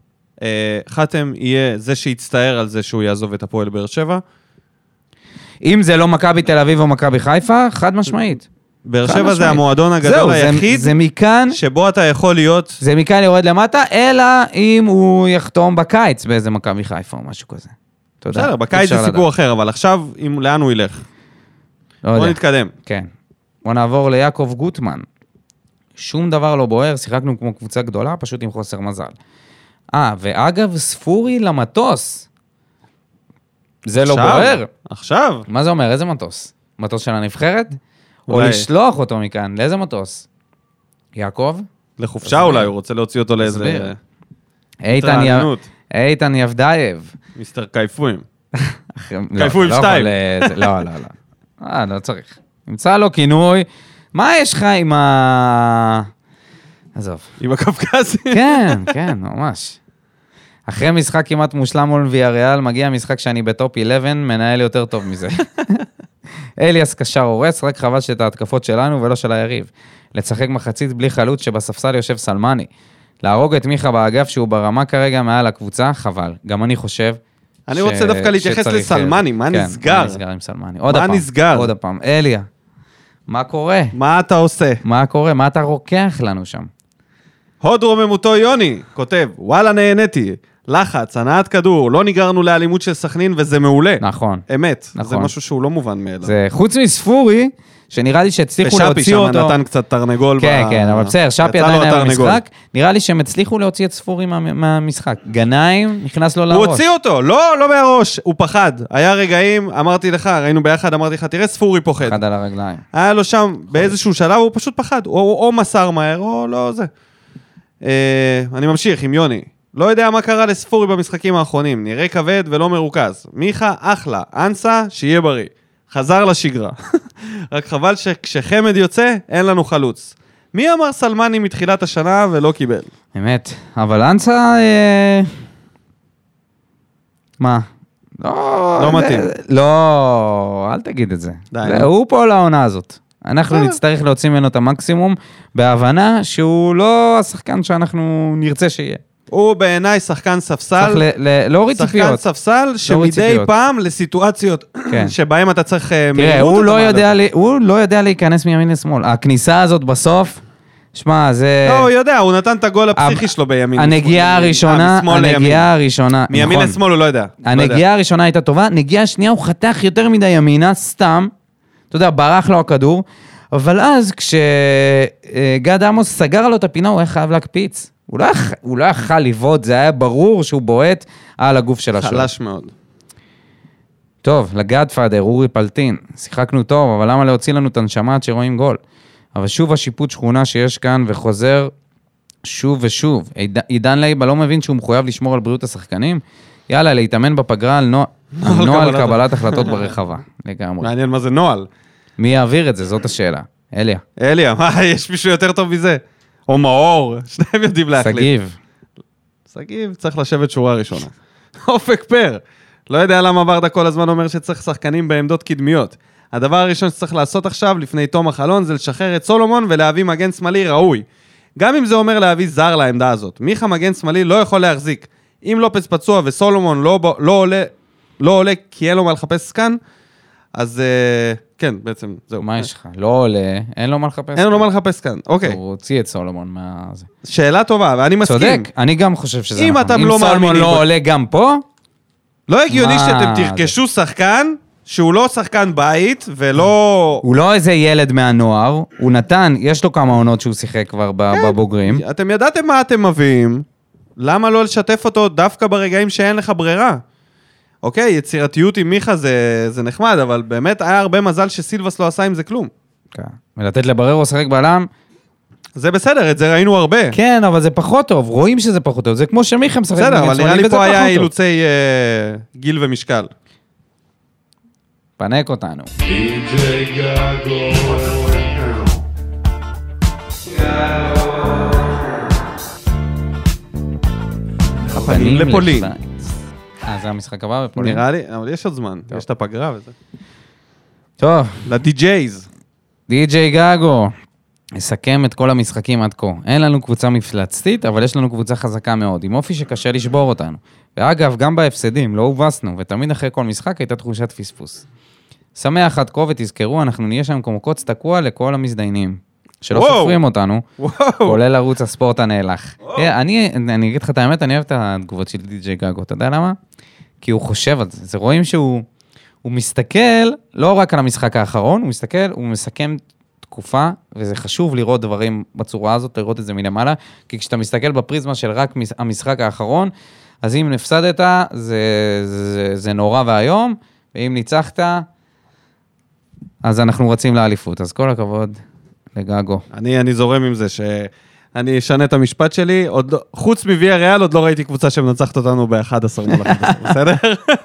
חתם יהיה זה שיצטער על זה שהוא יעזוב את הפועל באר שבע. אם זה לא מכבי תל אביב או מכבי חיפה, חד משמעית. באר שבע זה המועדון הגדול היחיד, זה מכאן, שבו אתה יכול להיות... זה מכאן יורד למטה, אלא אם הוא יחתום בקיץ באיזה מכבי חיפה או משהו כזה. תודה. בסדר, בקיץ זה סיפור אחר, אבל עכשיו, לאן הוא ילך? בוא נתקדם. כן. בוא נעבור ליעקב גוטמן. שום דבר לא בוער, שיחקנו כמו קבוצה גדולה, פשוט עם חוסר מזל. אה, ואגב, ספורי למטוס. זה לא בוער. עכשיו. מה זה אומר? איזה מטוס? מטוס של הנבחרת? או לשלוח אותו מכאן, לאיזה מטוס? יעקב? לחופשה אולי, הוא רוצה להוציא אותו לאיזה... איתן יבדייב. מיסטר קייפויים. קייפויים שתיים. לא, לא, לא. אה, לא צריך. נמצא לו כינוי. מה יש לך עם ה... עזוב. עם הקפקזי? כן, כן, ממש. אחרי משחק כמעט מושלם מול ויאריאל, מגיע משחק שאני בטופ אחת עשרה, מנהל יותר טוב מזה. אליאס קשר הורס, רק חבל שאת ההתקפות שלנו ולא של היריב. לצחק מחצית בלי חלוץ שבספסל יושב סלמני. להרוג את מיכה באגף שהוא ברמה כרגע מעל הקבוצה, חבל. גם אני חושב אני רוצה דווקא להתייחס לסלמני, מה נסגר? מה נסגר עם סלמני? עוד מה הפעם, נסגר? עוד הפעם. אליה, מה קורה? מה אתה עושה? מה קורה? מה אתה רוקח לנו שם? הוד רוממותו יוני, כותב, וואלה נהניתי, לחץ, הנעת כדור, לא ניגרנו לאלימות של סכנין וזה מעולה. נכון. אמת, נכון. זה משהו שהוא לא מובן מאליו. זה חוץ מספורי, שנראה לי שהצליחו להוציא אותו... ושאפי שם נתן קצת תרנגול. כן, כן, אבל בסדר, שפי עדיין היה במשחק, נראה לי שהם הצליחו להוציא את ספורי מהמשחק. גנאים נכנס לו לראש. הוא הוציא אותו, לא, לא מהראש, הוא פחד. היה רגעים, אמרתי לך, ראינו ביחד, אמרתי לך, תראה ספורי פוחד. פחד על הרגליים. היה לו שם באיזשהו שלב, הוא פשוט פחד, או מסר מהר, או לא זה. אני ממשיך עם יוני. לא יודע מה קרה לספורי במשחקים האחרונים, נראה כבד ולא מרוכז. מיכה, אחלה, אנסה, שיהיה בריא. חזר לשגרה. רק חבל שכשחמד יוצא, אין לנו חלוץ. מי אמר סלמני מתחילת השנה ולא קיבל? אמת, אבל אנסה... אה... מה? לא... לא מתאים. לא, אל תגיד את זה. די. הוא פה לעונה הזאת. אנחנו נצטרך להוציא ממנו את המקסימום, בהבנה שהוא לא השחקן שאנחנו נרצה שיהיה. הוא בעיניי שחקן ספסל, צריך להוריד ציפיות. שחקן ספסל שמדי פעם לסיטואציות שבהם אתה צריך מהירות. תראה, הוא לא יודע להיכנס מימין לשמאל. הכניסה הזאת בסוף, שמע, זה... לא, הוא יודע, הוא נתן את הגול הפסיכי שלו בימין. הנגיעה הראשונה, הנגיעה הראשונה, מימין לשמאל הוא לא יודע. הנגיעה הראשונה הייתה טובה, נגיעה שנייה הוא חתך יותר מדי ימינה, סתם, אתה יודע, ברח לו הכדור, אבל אז כשגד עמוס סגר לו את הפינה, הוא היה חייב להקפיץ. הוא לא, הוא לא יכל לבעוט, זה היה ברור שהוא בועט על הגוף של השוער. חלש מאוד. טוב, לגאדפאדר, אורי פלטין, שיחקנו טוב, אבל למה להוציא לנו את הנשמה עד שרואים גול? אבל שוב השיפוט שכונה שיש כאן וחוזר שוב ושוב. עידן לייבה לא מבין שהוא מחויב לשמור על בריאות השחקנים? יאללה, להתאמן בפגרה על נועל קבלת החלטות ברחבה. לגמרי. מעניין מה זה נועל. מי יעביר את זה? זאת השאלה. אליה. אליה, מה, יש מישהו יותר טוב מזה? או מאור, שניהם יודעים להחליט. סגיב. סגיב, צריך לשבת שורה ראשונה. אופק פר. לא יודע למה ורדה כל הזמן אומר שצריך שחקנים בעמדות קדמיות. הדבר הראשון שצריך לעשות עכשיו, לפני תום החלון, זה לשחרר את סולומון ולהביא מגן שמאלי ראוי. גם אם זה אומר להביא זר לעמדה הזאת. מיכה מגן שמאלי לא יכול להחזיק. אם לופס פצוע וסולומון לא, לא, עולה, לא עולה כי אין לו מה לחפש כאן, אז כן, בעצם זהו. מה יש לך? לא עולה, אין לו מה לחפש כאן. אין לו מה לחפש כאן, אוקיי. הוא הוציא את סולומון מה... שאלה טובה, ואני מסכים. צודק, אני גם חושב שזה אם נכון. אם סולומון לא עולה גם פה... לא הגיוני שאתם תרכשו שחקן שהוא לא שחקן בית ולא... הוא לא איזה ילד מהנוער, הוא נתן, יש לו כמה עונות שהוא שיחק כבר בבוגרים. אתם ידעתם מה אתם מביאים, למה לא לשתף אותו דווקא ברגעים שאין לך ברירה? אוקיי, יצירתיות עם מיכה זה, זה נחמד, אבל באמת היה הרבה מזל שסילבס לא עשה עם זה כלום. כן. ולתת לבררו שחק בעלם. זה בסדר, את זה ראינו הרבה. כן, אבל זה פחות טוב, רואים שזה פחות טוב, זה כמו שמיכה משחק. בסדר, אבל נראה לי פה היה אילוצי אה, גיל ומשקל. פנק אותנו. די-ג'יי גאגו. הפנים לפולין. אה, זה המשחק הבא בפולין? נראה לי, אבל יש עוד זמן, יש את הפגרה וזה. טוב. לדי-ג'ייז. די-ג'יי גאגו. נסכם את כל המשחקים עד כה. אין לנו קבוצה מפלצתית, אבל יש לנו קבוצה חזקה מאוד, עם אופי שקשה לשבור אותנו. ואגב, גם בהפסדים, לא הובסנו, ותמיד אחרי כל משחק הייתה תחושת פספוס. שמח עד כה ותזכרו, אנחנו נהיה שם כמו קוץ תקוע לכל המזדיינים. שלא וואו. סופרים אותנו, וואו. כולל ערוץ הספורט הנאלח. אני, אני אגיד לך את האמת, אני אוהב את התגובות של די-ג'יי גאגו, אתה יודע למה? כי הוא חושב על זה. זה רואים שהוא הוא מסתכל לא רק על המשחק האחרון, הוא מסתכל, הוא מסכם תקופה, וזה חשוב לראות דברים בצורה הזאת, לראות את זה מלמעלה, כי כשאתה מסתכל בפריזמה של רק המשחק האחרון, אז אם נפסדת, זה, זה, זה נורא והיום, ואם ניצחת, אז אנחנו רצים לאליפות. אז כל הכבוד לגאגו. אני, אני זורם עם זה ש... אני אשנה את המשפט שלי, עוד לא, חוץ מוויה ריאל, עוד לא ראיתי קבוצה שמנצחת אותנו ב-אחד עשר מול אחד עשר, בסדר?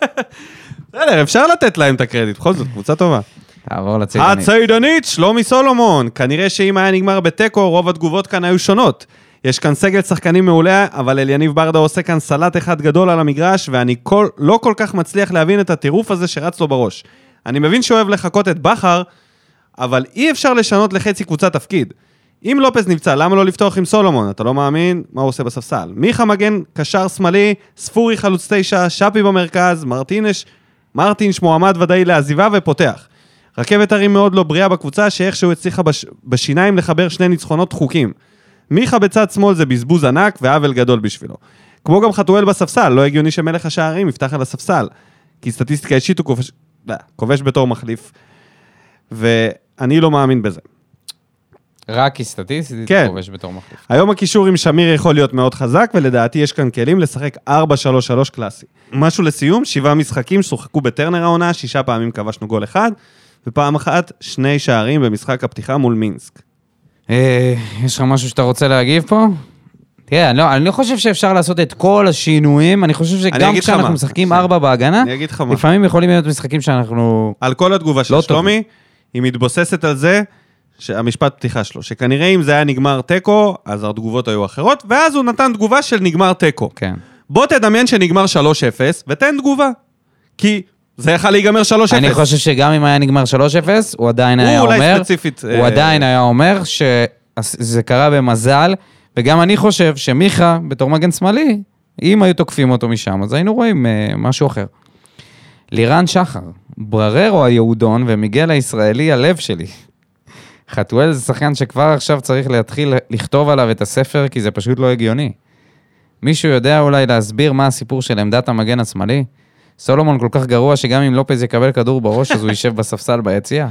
בסדר, אפשר לתת להם את הקרדיט, בכל זאת, קבוצה טובה. תעבור לצידנית. הצידנית, שלומי סולומון, כנראה שאם היה נגמר בטקו, רוב התגובות כאן היו שונות. יש כאן סגל שחקנים מעולה, אבל אליניב ברדה עושה כאן סלט אחד גדול על המגרש, ואני כל, לא כל כך מצליח להבין את הטירוף הזה שרץ לו בראש. אני מבין שאוהב לחכות את בחר, אבל אי אפשר לשנות לחצי קבוצה תפקיד. אם לופס נפצע, למה לא לפתוח עם סולומון? אתה לא מאמין? מה הוא עושה בספסל? מיכה מגן, קשר שמאלי, ספורי חלוץ תשע, שפי במרכז, מרטינש, מרטינש מועמד ודאי לעזיבה ופותח. רכבת הרים מאוד לא בריאה בקבוצה, שאיכשהו הצליחה בש... בשיניים לחבר שני ניצחונות דחוקים. מיכה בצד שמאל זה בזבוז ענק ועוול גדול בשבילו. כמו גם חתואל בספסל, לא הגיוני שמלך השערים יפתח על הספסל, כי סטטיסטיקה אישית הוא כובש, לא, כובש בתור מחליף, ואני לא מאמין בזה. רק כי סטטיסטית כן. כובש בתור מחליף. היום הקישור עם שמיר יכול להיות מאוד חזק, ולדעתי יש כאן כלים לשחק ארבע שלוש שלוש קלאסי. משהו לסיום, שבעה משחקים שוחקו בטרנר העונה, שישה פעמים כבשנו גול אחד, ופעם אחת שני שערים במשחק הפתיחה מול מינסק. יש לך משהו שאתה רוצה להגיב פה? תראה, אני לא חושב שאפשר לעשות את כל השינויים, אני חושב שגם כשאנחנו משחקים ארבע בהגנה, לפעמים יכולים להיות משחקים שאנחנו... על כל התגובה של שלומי, היא מתבוססת על זה, שהמשפט פתיחה שלו, שכנראה אם זה היה נגמר טקו, אז התגובות היו אחרות, ואז הוא נתן תגובה של נגמר טקו. כן. בוא תדמיין שנגמר שלוש אפס, ותן תגובה. כי זה יכול להיגמר שלוש אפס. אני חושב שגם אם היה נגמר שלוש אפס, הוא עדיין היה אומר... הוא אולי ספציפית... הוא עדיין היה אומר שזה קרה במזל, וגם אני חושב שמיכה, בתור מגן שמאלי, אם היו תוקפים אותו משם, אז היינו רואים משהו אחר. לירן שחר, ברררו היהודון ומיגל הישראלי, הלב שלי. חתואל זה שחקן שכבר עכשיו צריך להתחיל לכתוב עליו את הספר, כי זה פשוט לא הגיוני. מישהו יודע אולי להסביר מה הסיפור של עמדת המגן השמאלי? סולומון כל כך גרוע שגם אם לופז יקבל כדור בראש, אז הוא יישב בספסל ביציאה.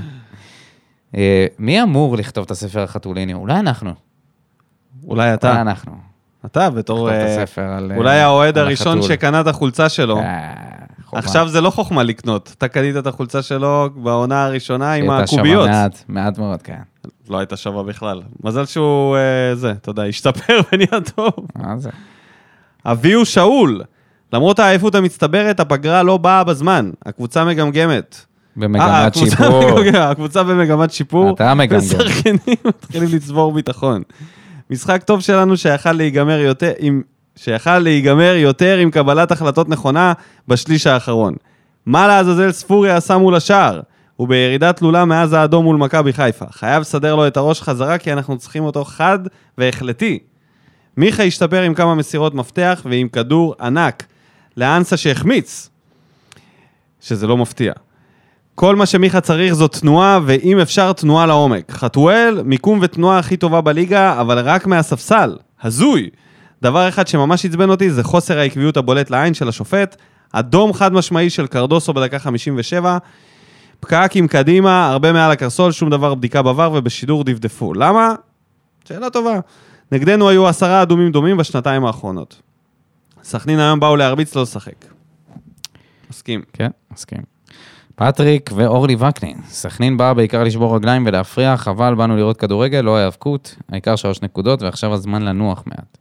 מי אמור לכתוב את הספר החתוליני? אולי אנחנו. אולי אתה. אולי אנחנו. אתה בתור... לכתוב את הספר על... אולי האוהד הראשון שקנה את החולצה שלו. עכשיו זה לא חוכמה לקנות. אתה קנית את החולצה שלו בעונה הראשונה עם הקוביות. הייתה שווה מעט, מעט מאוד, כן. לא הייתה שווה בכלל. מזל שהוא, זה, אתה יודע, השתפר ונהיה טוב. מה זה? אביהו שאול. למרות העייפות המצטברת, הפגרה לא באה בזמן. הקבוצה מגמגמת. במגמת שיפור. הקבוצה במגמת שיפור. אתה מגמגם. ושחקנים מתחילים לצבור ביטחון. משחק טוב שלנו שיכל להיגמר יותר עם... שיכל להיגמר יותר עם קבלת החלטות נכונה בשליש האחרון. מה לעזאזל ספורי עשה מול השער? הוא בירידה תלולה מאז האדום מול מכבי חיפה. חייב לסדר לו את הראש חזרה, כי אנחנו צריכים אותו חד והחלטי. מיכה השתפר עם כמה מסירות מפתח, ועם כדור ענק לאנסה שהחמיץ, שזה לא מפתיע. כל מה שמיכה צריך זו תנועה, ואם אפשר תנועה לעומק. חתואל, מיקום ותנועה הכי טובה בליגה, אבל רק מהספסל. הזוי. דבר אחד שממש עצבן אותי, זה חוסר העקביות הבולט לעין של השופט, אדום חד משמעי של קרדוסו בדקה חמישים ושבע, פקקים קדימה, הרבה מעל הקרסול, שום דבר בדיקה בעבר ובשידור דפדפו. למה? שאלה טובה. נגדנו היו עשרה אדומים דומים בשנתיים האחרונות. סכנין היום באו להרביץ לא לשחק. מסכים. כן, מסכים. פטריק ואורלי וקנין. סכנין באה בעיקר לשבור רגליים ולהפריע, חבל, באנו לראות כדורגל, לא האבקות, העיקר שלוש נקודות, ועכשיו הזמן לנוח מעט.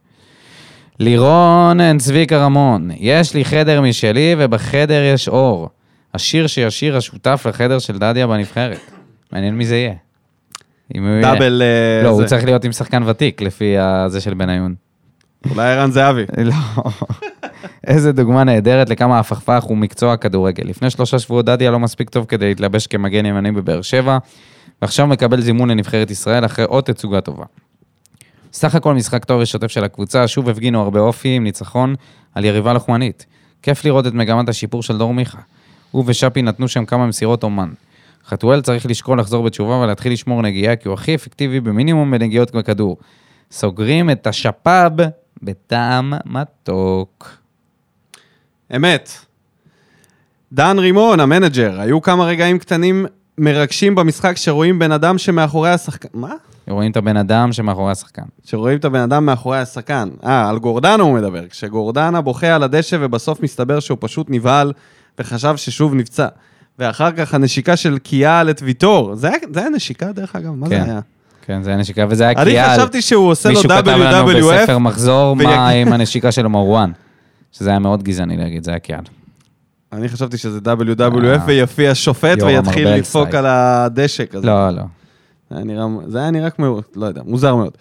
לירון צביקה רמון, יש לי חדר משלי ובחדר יש אור. השיר שישיר השותף לחדר של דדיה בנבחרת. מעניין מי זה יהיה. דאבל... לא, הוא צריך להיות עם שחקן ותיק, לפי זה של בניון. אולי ערן זהבי. לא. איזה דוגמה נהדרת לכמה הפכפך הוא מקצוע הכדורגל. לפני שלושה שבועות דדיה לא מספיק טוב כדי להתלבש כמגן ימני בבאר שבע, ועכשיו מקבל זימון לנבחרת ישראל אחרי עוד תצוגה טובה. סך הכל משחק טוב ושוטף של הקבוצה, שוב הפגינו הרבה אופי עם ניצחון על יריבה לחמנית. כיף לראות את מגמת השיפור של דור מיכה. הוא ושפי נתנו שם כמה מסירות אומן. חתואל צריך לשקול לחזור בתשובה ולהתחיל לשמור נגיעה, כי הוא הכי אפקטיבי במינימום בנגיעות בכדור. סוגרים את השפב בטעם מתוק. אמת. דן רימון, המנג'ר, היו כמה רגעים קטנים מרגשים במשחק שרואים בן אדם שמאחורי השחקן... מה? רואים את הבן אדם שמאחורי השחקן. שרואים את הבן אדם מאחורי השחקן. אה, על גורדנה הוא מדבר. כשגורדנה בוכה על הדשא ובסוף מסתבר שהוא פשוט נבהל וחשב ששוב נפצע. ואחר כך הנשיקה של קיאל את ויטור. זה היה, זה היה נשיקה דרך אגב? מה כן, זה היה? כן, זה היה נשיקה, וזה היה אני קיאל. חשבתי שהוא עושה לו מישהו כתב דאבליו לנו דאבליו אף. בספר מחזור, ויג- מה עם הנשיקה של מרואן. שזה היה מאוד גזעני להגיד, זה היה קיאל. אני חשבתי שזה דאבליו דאבליו אף ויפיע שופט יורם ויתחיל ארבל לדפוק סטייל. על הדשא כזה. לא, לא. זה היה נראה, זה היה נראה כמו, לא יודע, מוזר מאוד.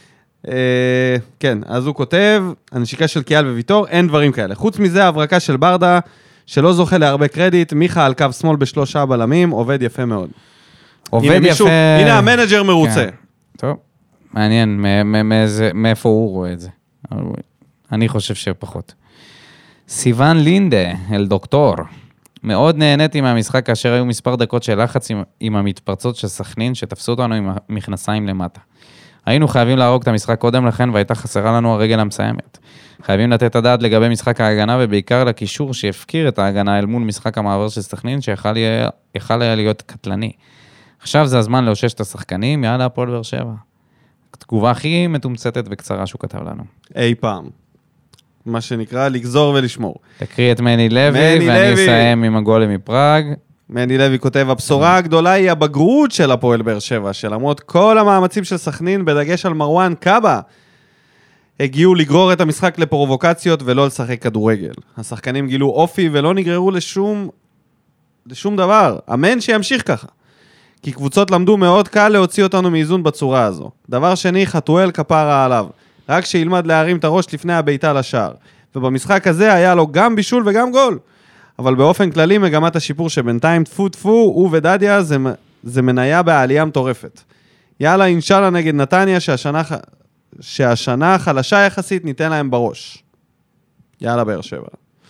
אה, כן, אז הוא כותב, הנשיקה של קיאל וויטור, אין דברים כאלה. חוץ מזה, ההברקה של ברדה, שלא זוכה להרבה קרדיט, מיכה על קו שמאל בשלושה בלמים, עובד יפה מאוד. עובד הנה יפה. מישהו, הנה המנג'ר מרוצה. כן. טוב, מעניין, מ- מ- מאיזה- מאיפה הוא רואה את זה. אני חושב שפחות. סיוון לינדה, אל דוקטור. מאוד נהניתי מהמשחק כאשר היו מספר דקות של לחץ עם, עם המתפרצות של סכנין שתפסו אותנו עם המכנסיים למטה. היינו חייבים להרוג את המשחק קודם לכן והייתה חסרה לנו הרגל המסיימת. חייבים לתת הדעת לגבי משחק ההגנה ובעיקר לקישור שהפקיר את ההגנה אל מול משחק המעבר של סכנין שיכל היה, יכל היה להיות קטלני. עכשיו זה הזמן לאושש את השחקנים, יאללה הפועל באר שבע. התגובה הכי מתומצתת וקצרה שהוא כתב לנו. אי פעם. מה שנקרא, לגזור ולשמור. תקריא את מני לוי, מני ואני לוי. אסיים עם הגולם מפראג. מני לוי כותב, הבשורה הגדולה היא הבגרות של הפועל באר שבע, שלמרות כל המאמצים של סכנין, בדגש על מרואן קאבה, הגיעו לגרור את המשחק לפרובוקציות ולא לשחק כדורגל. השחקנים גילו אופי ולא נגררו לשום, לשום דבר. אמן שימשיך ככה. כי קבוצות למדו מאוד קל להוציא אותנו מאיזון בצורה הזו. דבר שני, חתואל כפרה עליו. רק שילמד להרים את הראש לפני הביתה לשער. ובמשחק הזה היה לו גם בישול וגם גול. אבל באופן כללי, מגמת השיפור שבינתיים טפו טפו, הוא ודדיה, זה, זה מניה בעלייה מטורפת. יאללה, אינשאללה נגד נתניה, שהשנה, שהשנה חלשה יחסית ניתן להם בראש. יאללה, באר שבע.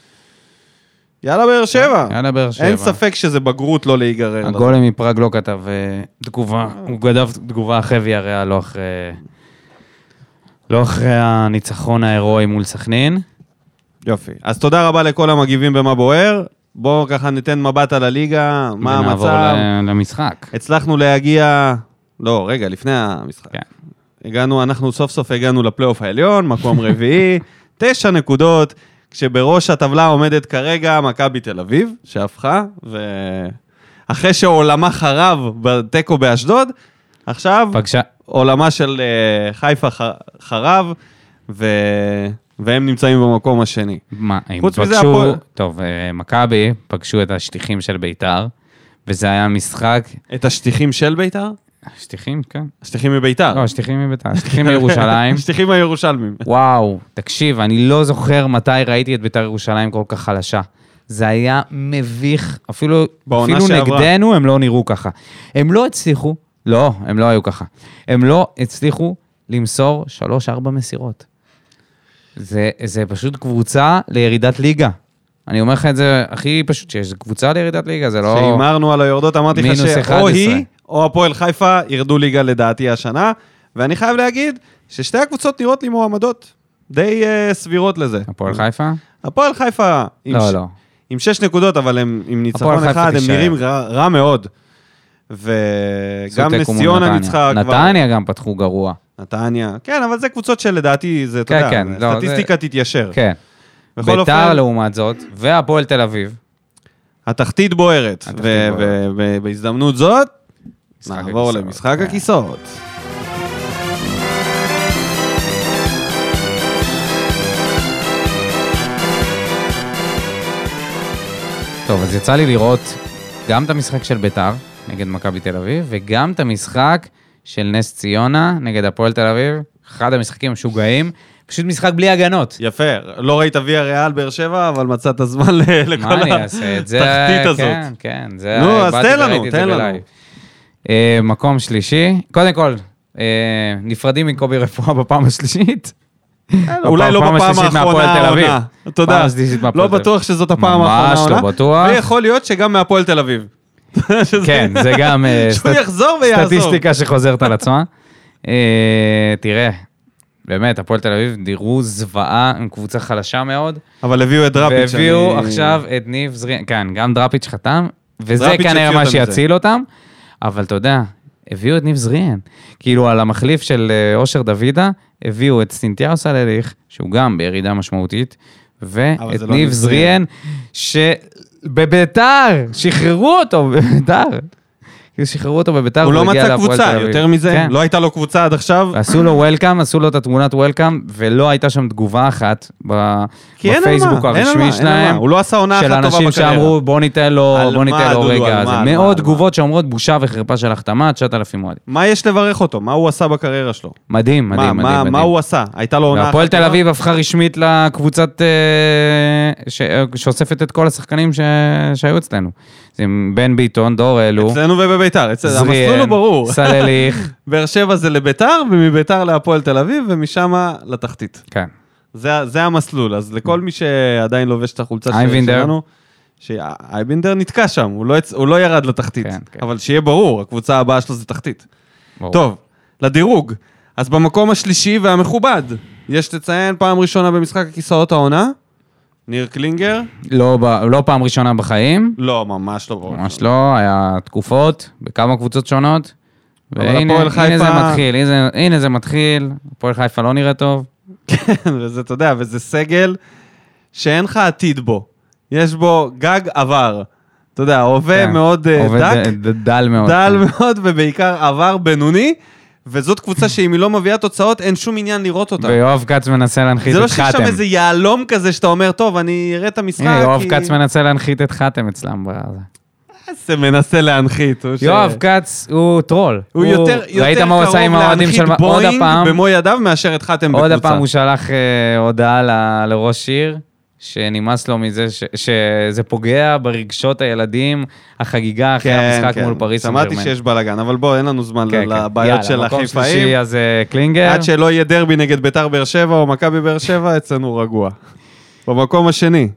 יאללה, באר שבע. יאללה באר שבע. אין ספק שזה בגרות לא להיגרר. הגולם מפראג לא כתב אה, תגובה, הוא כתב תגובה אחרי ויאריה, לא אחרי... לא אחרי הניצחון ההירואי מול סכנין. יופי. אז תודה רבה לכל המגיבים במה בוער. בואו ככה ניתן מבט על הליגה, מה ונעבור המצב. ל- למשחק. הצלחנו להגיע... לא, רגע, לפני המשחק. כן. הגענו, אנחנו סוף סוף הגענו לפלייאוף העליון, מקום רביעי, תשע נקודות, כשבראש הטבלה עומדת כרגע מכבי תל אביב, שהפכה, ואחרי שעולמה חרב בטקו באשדוד, עכשיו פגשה, עולמה של uh, חיפה ח... חרב, ו... והם נמצאים במקום השני. מה, הם חוץ מזה, פגשו, הפועל- טוב, אה, מכבי פגשו את השטיחים של ביתר, וזה היה משחק, את השטיחים של ביתר? שטיחים, כן. השטיחים מביתר. לא, השטיחים מביתר, השטיחים מירושלים. השטיחים הירושלמים. וואו, תקשיב, אני לא זוכר מתי ראיתי את ביתר ירושלים כל כך חלשה. זה היה מביך, אפילו, בעונה אפילו שעברה. נגדנו הם לא נראו ככה. הם לא הצליחו, לא, הם לא היו ככה. הם לא הצליחו למסור שלוש, ארבע מסירות. זה, זה פשוט קבוצה לירידת ליגה. אני אומר לך את זה הכי פשוט, שיש קבוצה לירידת ליגה, זה לא... כשאימרנו על היורדות, אמרתי לך מינוס אחד עשרה. שאו היא, או הפועל חיפה ירדו ליגה לדעתי השנה, ואני חייב להגיד ששתי הקבוצות נראות לי מועמדות, די uh, סבירות לזה. הפועל חיפה? הפועל חיפה עם, לא, ש... לא. עם שש נקודות, אבל הם עם ניצחון חיפה אחד, הם תישאר. נראים רע, רע מאוד. וגם תיקו מול נס ציונה נתניה. ניצחה כבר. נתניה גם פתחו גרוע. נתניה. כן, אבל זה קבוצות שלדעתי, זה, אתה כן, יודע, כן, לא, סטטיסטיקה זה- תתיישר. כן. בכל ביתר אופן, לעומת זאת, והפועל תל אביב. התחתית בוערת. התחתית בוערת. ובהזדמנות זאת, משחק נעבור הכיסאות. למשחק כן. הכיסאות. טוב, אז יצא לי לראות גם את המשחק של ביתר נגד מכבי תל אביב, וגם את המשחק של נס ציונה נגד הפועל תל אביב. אחד המשחקים המשוגעים, פשוט משחק בלי הגנות. יפה, לא ראית ויה ריאל באר שבע, אבל מצאת זמן ל- לכל מה אני אעשה? את זה... התחתית הזאת. כן, כן. זה... נו, אז באתי תן לנו, וראיתי את זה תן לנו. בלייב. אה, מקום שלישי. קודם כל, אה, נפרדים מקובי רפואה בפעם השלישית. אולי לא בפעם בפעם השלישית האחרונה מהפועל תל אביב. העונה. אתה יודע, פעם השלישית מהפועל לא תל אביב. בטוח שזאת הפעם האחרונה ממש העונה. לא בטוח. ויכול להיות שגם מהפועל תל אביב. שזה- כן, זה גם אה, שהוא סטט- יחזור ויעזור. סטטיסטיקה שחוזרת על עצמה. אה, תראה, באמת, הפועל תל אביב דירו זוועה עם קבוצה חלשה מאוד, אבל הביאו את דראפיץ'. והביאו אני- עכשיו את ניב זריאן, כן, גם דראפיץ' חתם, וזה דראפיץ' כנראה יוציא מה אותם מזה. שיציל אותם, אבל אתה יודע, הביאו את ניב זריאן, כאילו על המחליף של אה, אושר דוידה, הביאו את סינתיאר סלליך, שהוא גם בירידה משמעותית, ואת זה לא ניב ניב זריאן, שבביתר, שחררו אותו בביתר. שחררו אותו בביתר, הוא לא מצא קבוצה, יותר מזה, לא הייתה לו קבוצה עד עכשיו. עשו לו וולקאם, עשו לו את התמונת וולקאם, ולא הייתה שם תגובה אחת בפייסבוק הרשמי שלהם, הוא לא עשה עונה אחת טובה בקריירה. של אנשים שאמרו, בוא ניתן לו, בוא ניתן לו רגע, זה מאות תגובות שאומרות, בושה וחרפה של החתמה, תשעת אלפים מועדים. מה יש לברך אותו? מה הוא עשה בקריירה שלו? מדהים, מדהים, מדהים. מה הוא עשה? הייתה לו עונה אחת טובה? והפועל תל אביב הפכה רשמית לקבוצת שאוספת את כל השחקנים שהיו אצלנו. זה עם בן ביטון, דור אלו. אצלנו ובביתר, המסלול הוא ברור. סלליך. באר שבע זה לביתר, ומביתר להפועל תל אביב, ומשם לתחתית. כן. זה, זה המסלול, אז לכל מי שעדיין לובש את החולצה שלנו, שאייבינדר נתקע שם, הוא לא, הוא לא ירד לתחתית. כן, כן. אבל שיהיה ברור, הקבוצה הבאה שלו זה תחתית. ברור. טוב, לדירוג. אז במקום השלישי והמכובד, יש לציין פעם ראשונה במשחק הכיסאות העונה, ניר קלינגר? לא, לא פעם ראשונה בחיים. לא, ממש לא. ממש לא, היה תקופות בכמה קבוצות שונות. והנה חיפה... זה מתחיל, הנה, הנה זה מתחיל, הפועל חיפה לא נראה טוב. כן, וזה, אתה יודע, וזה סגל שאין לך עתיד בו. יש בו גג עבר. אתה יודע, הווה מאוד דק. דל מאוד. דל מאוד, ובעיקר עבר בינוני. וזאת קבוצה שאם היא לא מביאה תוצאות, אין שום עניין לראות אותה. ויואב קץ מנסה להנחית את חתם. זה לא שיש שם איזה יעלום כזה שאתה אומר, טוב, אני אראה את המשחק. יואב קץ מנסה להנחית את חתם אצלם. זה מנסה להנחית. יואב קץ הוא טרול. הוא יותר קרוב להנחית בוינג במו ידיו מאשר את חתם בקבוצה. עוד הפעם הוא שלח הודעה לראש עיר, שנמאס לו מזה, שזה פוגע ברגשות הילדים, החגיגה אחרי המשחק מול פריס סן ז'רמן. שמעתי שיש בלגן, אבל בוא, אין לנו זמן לבעיות של החיפאים. מקום שלישי, אז קלינגר. עד שלא יהיה דרבי נגד ביתר באר שבע או מכבי באר שבע, אצלנו רגוע. במקום השני.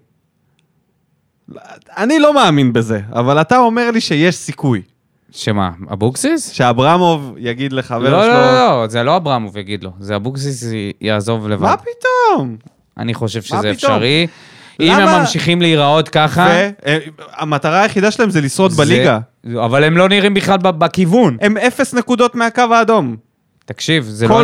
אני לא מאמין בזה, אבל אתה אומר לי שיש סיכוי. שמה, אבוקסיס? שאברמוב יגיד לחבר שלו... לא, לא, לא, זה לא אברמוב יגיד לו, זה אבוקסיס יעזוב לבד. מה פתאום? אני חושב שזה אפשרי. אם הם ממשיכים להיראות ככה... המטרה היחידה שלהם זה לשרוד בליגה. אבל הם לא נראים בכלל בכיוון. הם אפס נקודות מהקו האדום. תקשיב, זה לא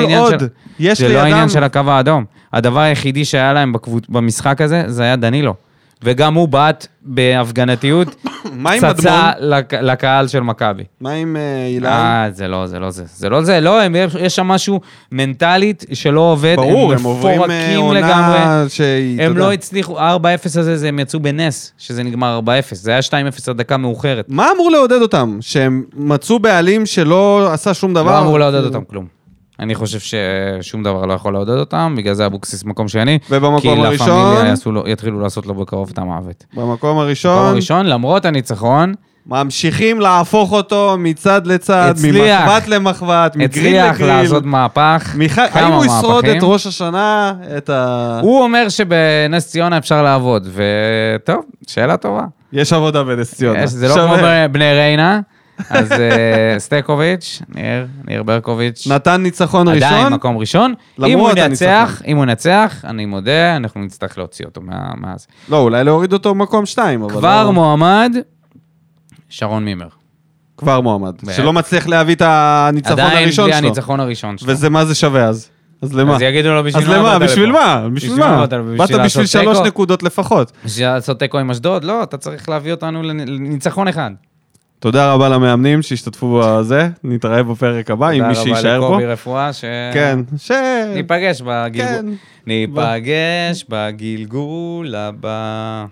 העניין של הקו האדום. הדבר היחידי שהיה להם במשחק הזה, זה היה דנילו. וגם הוא באת בהפגנתיות צצה לקהל של מכבי. מה עם אילן? אה, זה לא, זה לא זה. זה לא זה, לא, יש שם משהו מנטלית שלא עובד. ברור, הם עוברים עונה שהיא... הם לא הצליחו, ארבע אפס הזה, הם יצאו בנס, שזה נגמר ארבע אפס. זה היה שתיים אפס הדקה מאוחרת. מה אמור לעודד אותם? שהם מצאו בעלים שלא עשה שום דבר? לא אמור לעודד אותם כלום. אני חושב ששום דבר לא יכול לעודד אותם, בגלל זה אבוקסיס מקום שני. ובמקום הראשון? כי לה יתחילו לעשות לו בקרוב את המוות. במקום הראשון? במקום הראשון, למרות הניצחון. ממשיכים להפוך אותו מצד לצד, ממחבת למחבת, מגריל לגריל. הצליח לעשות מהפך. האם הוא ישרוד את ראש השנה? הוא אומר שבנס ציונה אפשר לעבוד, וטוב, שאלה טובה. יש עבודה בנס ציונה. זה לא כמו בני ריינה. אז סטקוביץ', ניר, ניר ברקוביץ'. נתן ניצחון ראשון. עדיין מקום ראשון. אם הוא נצח, אם הוא נצח, אני מודה, אנחנו נצטרך להוציא אותו מאז. לא, אולי להוריד אותו מקום שתיים. כבר מועמד, שרון מימר. כבר מועמד. שלא מצליח להביא את הניצחון הראשון שלו. עדיין בלי הניצחון הראשון שלו. וזה מה זה שווה אז? אז למה? אז יגידו לו בשביל מה? אז למה? בשביל מה? בשביל מה? באת בשביל שלוש נקודות לפחות. בשביל לעשות תיקו עם אשדוד? לא, אתה צריך להביא אותנו לניצחון אחד. תודה רבה למאמנים שהשתתפו בזה, נתראה בפרק הבא, עם מי שישאר פה. תודה רבה לקובי רפואה, ש... כן, ש... ניפגש בגלגול. ניפגש בגלגול הבא.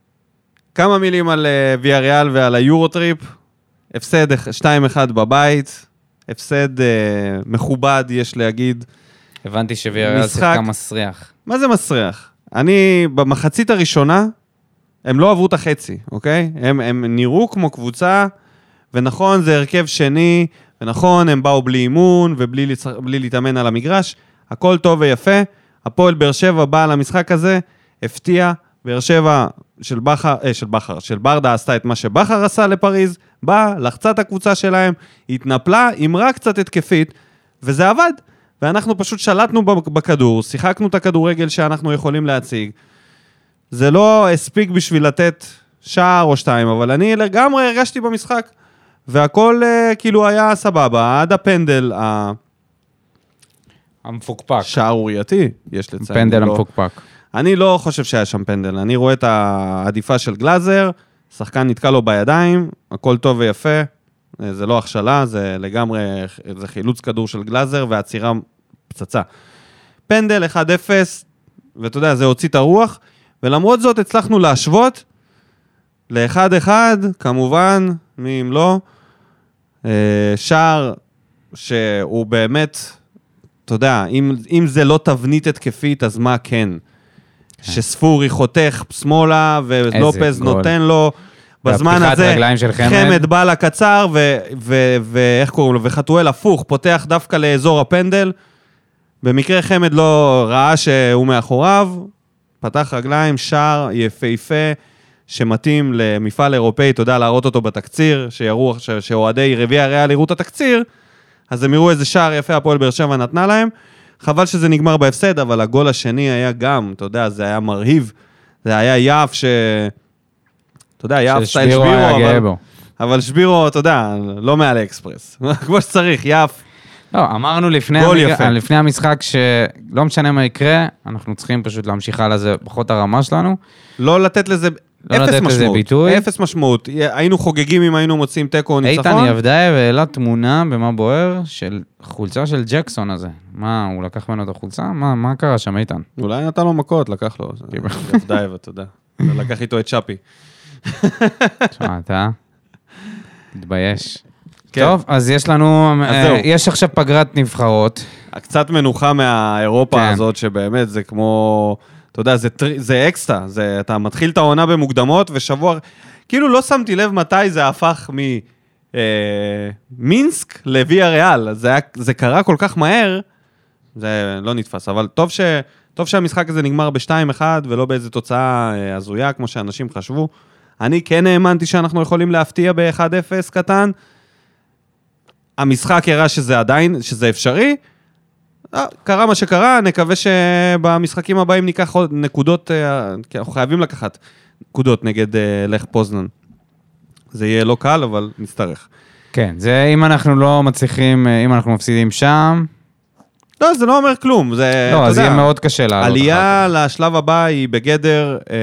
כמה מילים על ויאריאל ועל היורוטריפ. הפסד שתיים אחד בבית, הפסד מכובד, יש להגיד. הבנתי שוויאריאל שיחקה מסריח. מה זה מסריח? אני, במחצית הראשונה, הם לא עברו את החצי, אוקיי? הם, הם נראו כמו קבוצה, ונכון, זה הרכב שני, ונכון, הם באו בלי אימון, ובלי לצר... בלי להתאמן על המגרש, הכל טוב ויפה, הפועל באר שבע בא למשחק הזה, הפתיע, באר שבע של בחר, אה, של בחר, של ברדה עשתה את מה שבחר עשה לפריז, בא, לחצה את הקבוצה שלהם, התנפלה, אמרה קצת התקפית, וזה עבד, ואנחנו פשוט שלטנו בכדור, שיחקנו את הכדורגל שאנחנו יכולים להציג, זה לא הספיק בשביל לתת שער או שתיים, אבל אני לגמרי הרגשתי במשחק, והכל כאילו היה סבבה, עד הפנדל המפוקפק. שערורייתי, יש לציין. פנדל המפוקפק. אני לא חושב שהיה שם פנדל, אני רואה את העדיפה של גלאזר, שחקן נתקע לו בידיים, הכל טוב ויפה, זה לא הכשלה, זה לגמרי, זה חילוץ כדור של גלאזר, והעצירה פצצה. פנדל אחד אפס, ואתה יודע, זה הוציא את הרוח, ולמרות זאת הצלחנו להשוות, לאחד אחד, כמובן, מי אם לא, שער שהוא באמת, אתה יודע, אם, אם זה לא תבנית התקפית, אז מה כן? שספורי חותך שמאלה, ולופז נותן לו, בזמן הזה, חמד בא לקצר, ואיך קוראים לו, וחתואל הפוך, פותח דווקא לאזור הפנדל, במקרה חמד לא ראה שהוא מאחוריו, פתח רגליים, שער יפהפה, שמתאים למפעל אירופאי, אתה יודע, להראות אותו בתקציר, שיראו, שאוהדי רביע הריאל יראו את התקציר, אז הם יראו איזה שער יפה הפועל באר שבע נתנה להם, חבל שזה נגמר בהפסד, אבל הגול השני היה גם, אתה יודע, זה היה מרהיב, זה היה יעף ש... אתה יודע, יעף סטייל שבירו, אבל... אבל שבירו, אתה יודע, לא מעל האקספרס, כמו שצריך, יעף. לא, אמרנו לפני, המג... לפני המשחק שלא משנה מה יקרה, אנחנו צריכים פשוט להמשיך על זה פחות הרמה שלנו. לא לתת לזה... לא אפס משמעות, ביטוי. אפס משמעות. היינו חוגגים אם היינו מוצאים טקו או ניצחון. איתן יבדאי והעלה תמונה במה בוער של חולצה של ג'קסון הזה. מה, הוא לקח ממנו את החולצה? מה, מה קרה שם איתן? אולי נתן לו מכות, לקח לו. יבדאי, ואתה יודע. לקח איתו את שפי. תשמע, אתה מתבייש. טוב, אז יש לנו, יש עכשיו פגרת נבחרות. קצת מנוחה מהאירופה הזאת, שבאמת זה כמו... אתה יודע, זה, זה אקסטה, זה, אתה מתחיל את העונה במוקדמות, ושבוע, כאילו לא שמתי לב מתי זה הפך ממינסק אה, לויה ריאל, זה, זה קרה כל כך מהר, זה לא נתפס, אבל טוב, ש, טוב שהמשחק הזה נגמר ב-שתיים אחד, ולא באיזו תוצאה אה, הזויה, כמו שאנשים חשבו. אני כן האמנתי שאנחנו יכולים להפתיע ב-אחד אפס קטן, המשחק הראה שזה עדיין, שזה אפשרי, קרה מה שקרה, נקווה שבמשחקים הבאים ניקח עוד נקודות, כי אנחנו חייבים לקחת נקודות נגד לך פוזנן. זה יהיה לא קל, אבל נצטרך. כן, זה אם אנחנו לא מצליחים, אם אנחנו מפסידים שם... לא, זה לא אומר כלום. זה, לא, אז יהיה מאוד קשה לעלות. עלייה לשלב הבא היא בגדר, אה,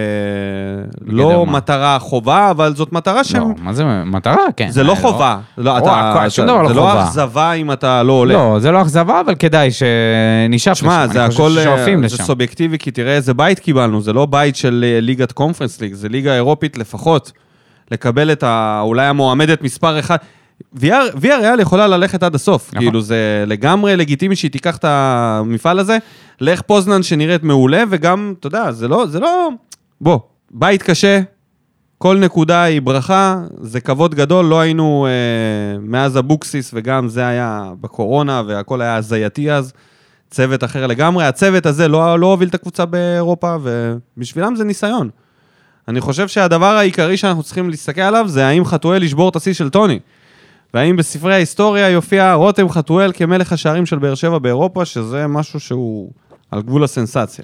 לא מה? מטרה חובה, אבל זאת מטרה ש... לא, מה זה מטרה? כן. זה לא חובה. לא, לא, אתה, אתה, שום דבר לא זה חובה. לא אכזבה אם אתה לא עולה. לא, זה לא אכזבה, אבל כדאי שנשאף לשם. שמה, זה הכל, זה סובייקטיבי, כי תראה איזה בית קיבלנו, זה לא בית של ליגת קונפרנס ליג, זה ליגה אירופית לפחות, לקבל את ה... אולי המועמדת מספר אחד... ויה ריאל יכולה ללכת עד הסוף, כאילו זה לגמרי לגיטימי שהיא תיקח את המפעל הזה, לך פוזנן שנראית מעולה, וגם, אתה יודע, זה לא, זה לא, בוא, בית קשה, כל נקודה היא ברכה, זה כבוד גדול, לא היינו אה, מאז הבוקסיס, וגם זה היה בקורונה, והכל היה הזייתי אז, צוות אחר לגמרי, הצוות הזה לא, לא הוביל את הקבוצה באירופה, ובשבילם זה ניסיון. אני חושב שהדבר העיקרי שאנחנו צריכים להסתכל עליו, זה האם חתואל לשבור את השיא של טוני. והאם בספרי ההיסטוריה יופיע רותם חתואל כמלך השערים של באר שבע באירופה, שזה משהו שהוא על גבול הסנסציה.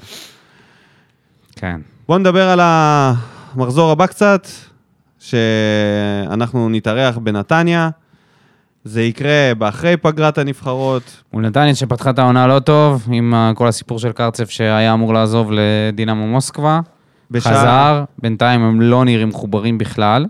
כן. בואו נדבר על המחזור הבא קצת, שאנחנו נתארח בנתניה, זה יקרה באחרי פגרת הנבחרות. מול נתניה שפתחה את העונה לא טוב, עם כל הסיפור של קרצף שהיה אמור לעזוב לדינמו מוסקבה, בשעה... חזר, בינתיים הם לא נראים מחוברים בכלל,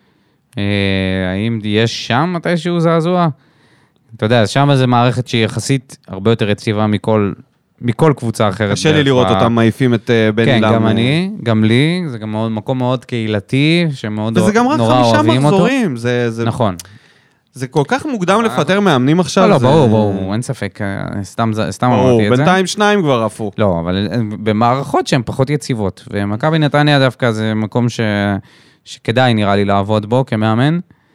האם יש שם מתישהו זעזוע? אתה יודע, שם זה מערכת שהיא יחסית הרבה יותר יציבה מכל, מכל קבוצה אחרת. קשה לי לראות אותם מעיפים את בני לם. כן, גם אני, גם לי, זה גם מאוד, מקום מאוד קהילתי, שמאוד נורא אוהבים אותו. וזה גם רק חמישה מחזורים. זה, זה... נכון. זה כל כך מוקדם לפטר מאמנים עכשיו. לא, לא, ברור, ברור, אין ספק, סתם אמרתי את זה. בינתיים שניים כבר עפו. לא, אבל במערכות שהן פחות יציבות, ומכבי נתניה דווקא זה מקום ש... שכדאי נראה לי לעבוד בו כמאמן.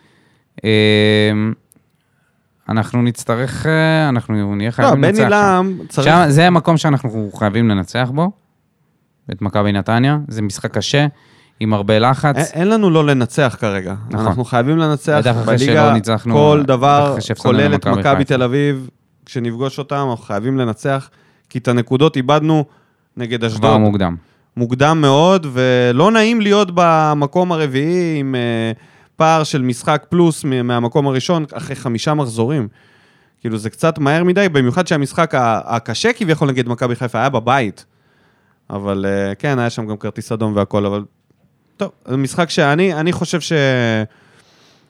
אנחנו נצטרך, אנחנו נהיה חייבים לנצח. לא, בני לם צריך... זה המקום שאנחנו חייבים לנצח בו, את מכבי נתניה, זה משחק קשה, עם הרבה לחץ. אין לנו לא לנצח כרגע. נכון. אנחנו חייבים לנצח בליגה, כל דבר, כולל את מכבי תל אביב, כשנפגוש אותם, אנחנו חייבים לנצח, כי את הנקודות איבדנו נגד אשדוד. כבר מוקדם. מוקדם מאוד, ולא נעים להיות במקום הרביעי עם פער של משחק פלוס מהמקום הראשון, אחרי חמישה מחזורים. כאילו זה קצת מהר מדי, במיוחד שהמשחק הקשה כביכול נגד מכבי חיפה היה בבית. אבל כן, היה שם גם כרטיס אדום והכל, אבל טוב, זה משחק שאני אני חושב ש...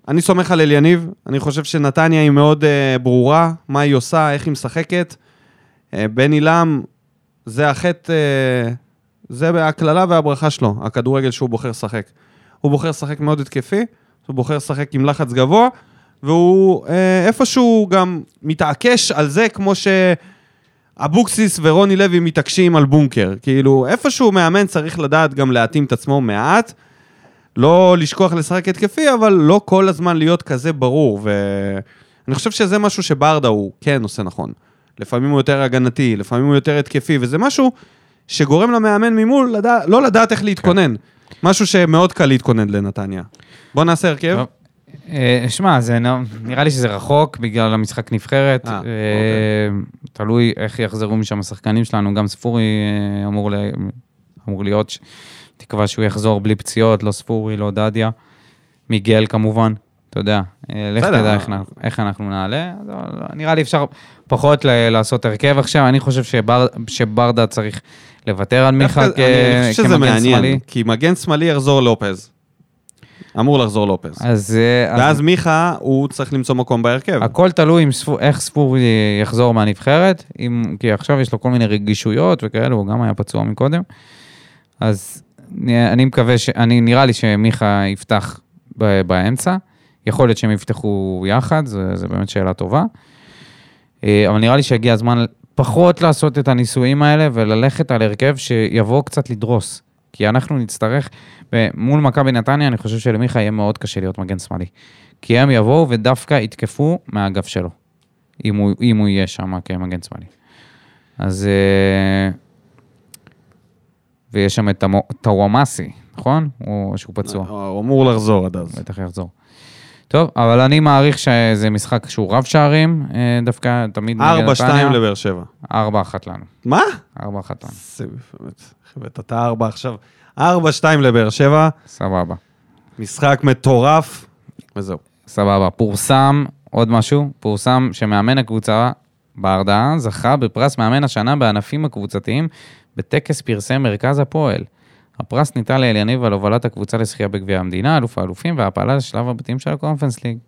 אני סומך על אליניב, אני חושב שנתניה היא מאוד uh, ברורה, מה היא עושה, איך היא משחקת. Uh, בן אילם, זה החטא, uh, זה הכללה והברכה שלו, הכדורגל שהוא בוחר לשחק. הוא בוחר לשחק מאוד התקפי, הוא בוחר לשחק עם לחץ גבוה, והוא uh, איפשהו גם מתעקש על זה, כמו שאבוקסיס ורוני לוי מתעקשים על בונקר. כאילו, איפשהו מאמן צריך לדעת גם להתאים את עצמו מעט, לא לשכוח לשחק התקפי, אבל לא כל הזמן להיות כזה ברור, ואני חושב שזה משהו שברדה הוא כן עושה נכון. לפעמים הוא יותר הגנתי, לפעמים הוא יותר התקפי, וזה משהו שגורם למאמן ממול לדע... לא לדעת איך להתכונן. משהו שמאוד קל להתכונן לנתניה. בוא נעשה הרכב. שמע, נראה לי שזה רחוק בגלל המשחק נבחרת. תלוי איך יחזרו משם השחקנים שלנו, גם ספורי אמור להיות... תקווה שהוא יחזור בלי פציעות, לא ספורי, לא דדיה. מיגל כמובן, אתה יודע. לך תדע איך, איך אנחנו נעלה. נראה לי אפשר פחות לעשות הרכב עכשיו. אני חושב שבר, שברדה צריך לוותר על מיכה כ, אני חושב שזה מעניין, שמאלי. כי מגן שמאלי יחזור לופז. אמור לחזור לופז. אז, ואז אז... מיכה, הוא צריך למצוא מקום בהרכב. הכל תלוי עם ספור, איך ספורי יחזור מהנבחרת, עם, כי עכשיו יש לו כל מיני רגישויות וכאלה, הוא גם היה פצוע מקודם. אז... אני מקווה ש... אני נראה לי שמיכה יפתח באמצע, יכול להיות שהם יפתחו יחד, זה, זה באמת שאלה טובה, אבל נראה לי שהגיע הזמן פחות לעשות את הניסויים האלה, וללכת על הרכב שיבוא קצת לדרוס, כי אנחנו נצטרך, מול מכבי נתניה, אני חושב שלמיכה יהיה מאוד קשה להיות מגן שמאלי, כי הם יבואו ודווקא יתקפו מהאגף שלו, אם הוא, אם הוא יהיה שם כמגן שמאלי. אז... ויש שם את טוואמאסי, נכון? או שהוא פצוע. הוא אמור לחזור עד אז. בטח יחזור. טוב, אבל אני מעריך שזה משחק שהוא רב שערים, דווקא תמיד... ארבע שתיים לבאר שבע. ארבע אחת לנו. מה? ארבע אחת לנו. זה באמת, חבט, אתה ארבע עכשיו. ארבע שתיים לבאר שבע. סבבה. משחק מטורף, וזהו. סבבה. פורסם, עוד משהו, פורסם שמאמן הקבוצה ברדה זכה בפרס מאמן השנה בענפים הקבוצתיים, בטקס פרסם מרכז הפועל. הפרס ניתן לאליניב על הובלת הקבוצה לשחייה בגביע המדינה, אלוף האלופים, והפעלה לשלב הבתים של הקונפרנס ליג.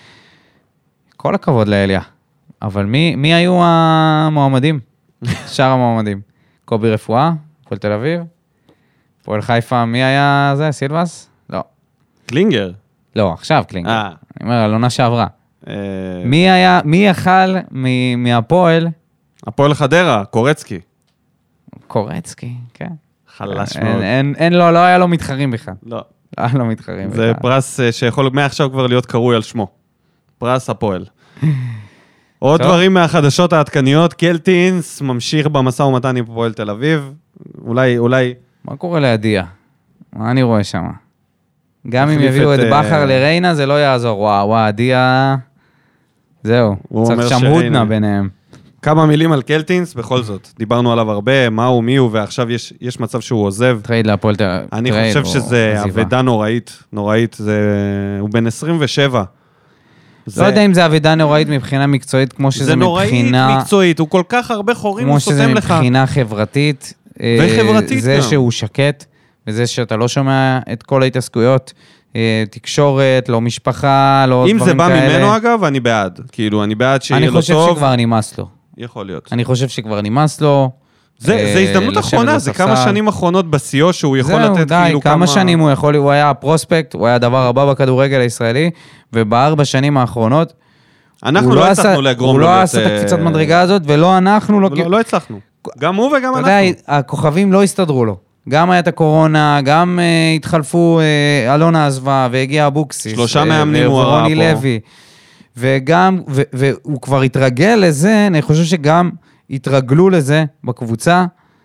כל הכבוד לאליה. אבל מי, מי היו המועמדים? שאר המועמדים. קובי רפואה, פועל תל אביב, פועל חיפה, מי היה זה? סילבס? לא. קלינגר? לא, עכשיו קלינגר. אה. אני אומר, על עונה שעברה. מי היה, מי יכל מהפועל? הפועל חדרה, קורצקי. קורצקי, כן. חלש אין, מאוד. אין, אין לו, לא היה לו מתחרים בכלל. לא. לא היה לו מתחרים בכלל. זה פרס שיכול מעכשיו כבר להיות קרוי על שמו. פרס הפועל. עוד דברים מהחדשות העדכניות, קלטינס ממשיך במסע ומתן עם פועל תל אביב. אולי, אולי... מה קורה לידיע? מה אני רואה שם? גם אם יביאו את בכר לריינה, זה לא יעזור. וואו, וואו, עדיע... זהו. צריך שם הודנה ביניהם. כמה מילים על קלטינס, בכל זאת. דיברנו עליו הרבה, מה הוא, מי הוא, ועכשיו יש, יש מצב שהוא עוזב. טרייד להפועל תל אביב. אני חושב שזה עבודה נוראית, נוראית, זה... הוא בן עשרים ושבע. לא יודע אם זה עבודה נוראית מבחינה מקצועית, כמו שזה מבחינה... זה נוראית מקצועית, הוא כל כך הרבה חורים, הוא סותם לך. כמו שזה מבחינה חברתית. וחברתית גם. זה שהוא שקט, וזה שאתה לא שומע את כל ההתעסקויות, תקשורת, לא משפחה, לא דברים כאלה. אם זה בא ממנו אגב, אני בעד. כאילו, אני בעד שיהיה לו טוב. אני חושב שכבר נמאס לו. יכול להיות. אני חושב שכבר נמאס לו. זה, זה הזדמנות אחרונה, זה כמה שנים אחרונות בסיוע שהוא יכול לתת כאילו כמה... זהו, די, כמה שנים הוא יכול, הוא היה הפרוספקט, הוא היה הדבר הבא בכדורגל הישראלי, ובארבע שנים האחרונות... אנחנו לא הצלחנו לגרום הוא לא עשה את הקפיצת מדרגה הזאת, ולא אנחנו... לא הצלחנו. גם הוא וגם אנחנו. אתה יודע, הכוכבים לא הסתדרו לו. גם היה את הקורונה, גם התחלפו, אלונה עזבה, והגיע אבוקסיס. שלושה מאמנים הוא הראה פה. ורוני לוי. וגם, והוא כבר התרגל לזה, אני חושב שגם התרגלו לזה בקבוצה,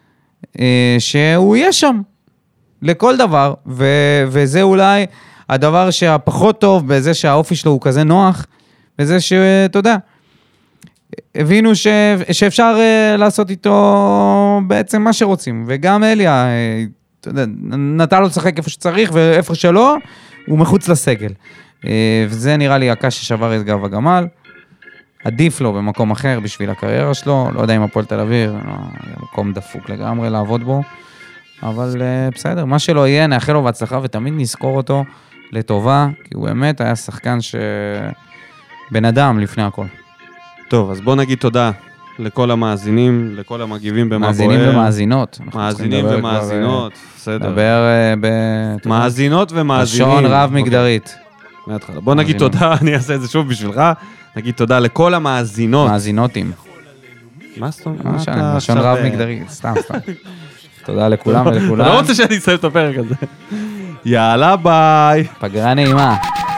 שהוא יהיה שם לכל דבר, וזה אולי הדבר שהפחות טוב, בזה שהאופי שלו הוא כזה נוח, וזה שאתה יודע, הבינו ש... שאפשר לעשות איתו בעצם מה שרוצים, וגם אליה, אתה יודע, נתן לו לשחק איפה שצריך, ואיפה שלא, הוא מחוץ לסגל. וזה נראה לי הקש ששבר את גב הגמל, עדיף לו במקום אחר בשביל הקריירה שלו, לא יודע אם הפועל תל אביב, מקום דפוק לגמרי לעבוד בו, אבל בסדר, מה שלא יהיה, נאחל לו בהצלחה, ותמיד נזכור אותו לטובה, כי הוא באמת היה שחקן ש... בן אדם לפני הכל. טוב, אז בוא נגיד תודה לכל המאזינים, לכל המגיבים במה בוער. מאזינים ומאזינות. מאזינים ומאזינות, בסדר. נדבר ב... מאזינות ומאזינים. לשון רב מגדרית. מההתחלה. בוא נגיד תודה, אני אעשה את זה שוב בשבילך. נגיד תודה לכל המאזינות. מאזינותים. מה זאת אומרת? לשון רב מגדרית, סתם, סתם. תודה לכולם ולכולם. אתה לא רוצה שאני אסיים את הפרק הזה. יאללה, ביי. פגרה נעימה.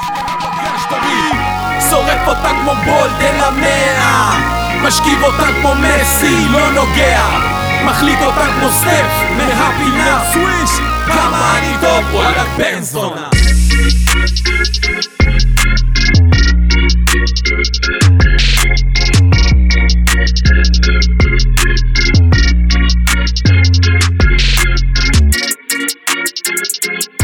שורף אותה כמו בולדן המאה, משכיב אותה כמו מסי, לא נוגע, מחליט אותה כמו סטף, מהפינה סוויש, כמה אני טוב, וואלה בן זונה. We'll be right back.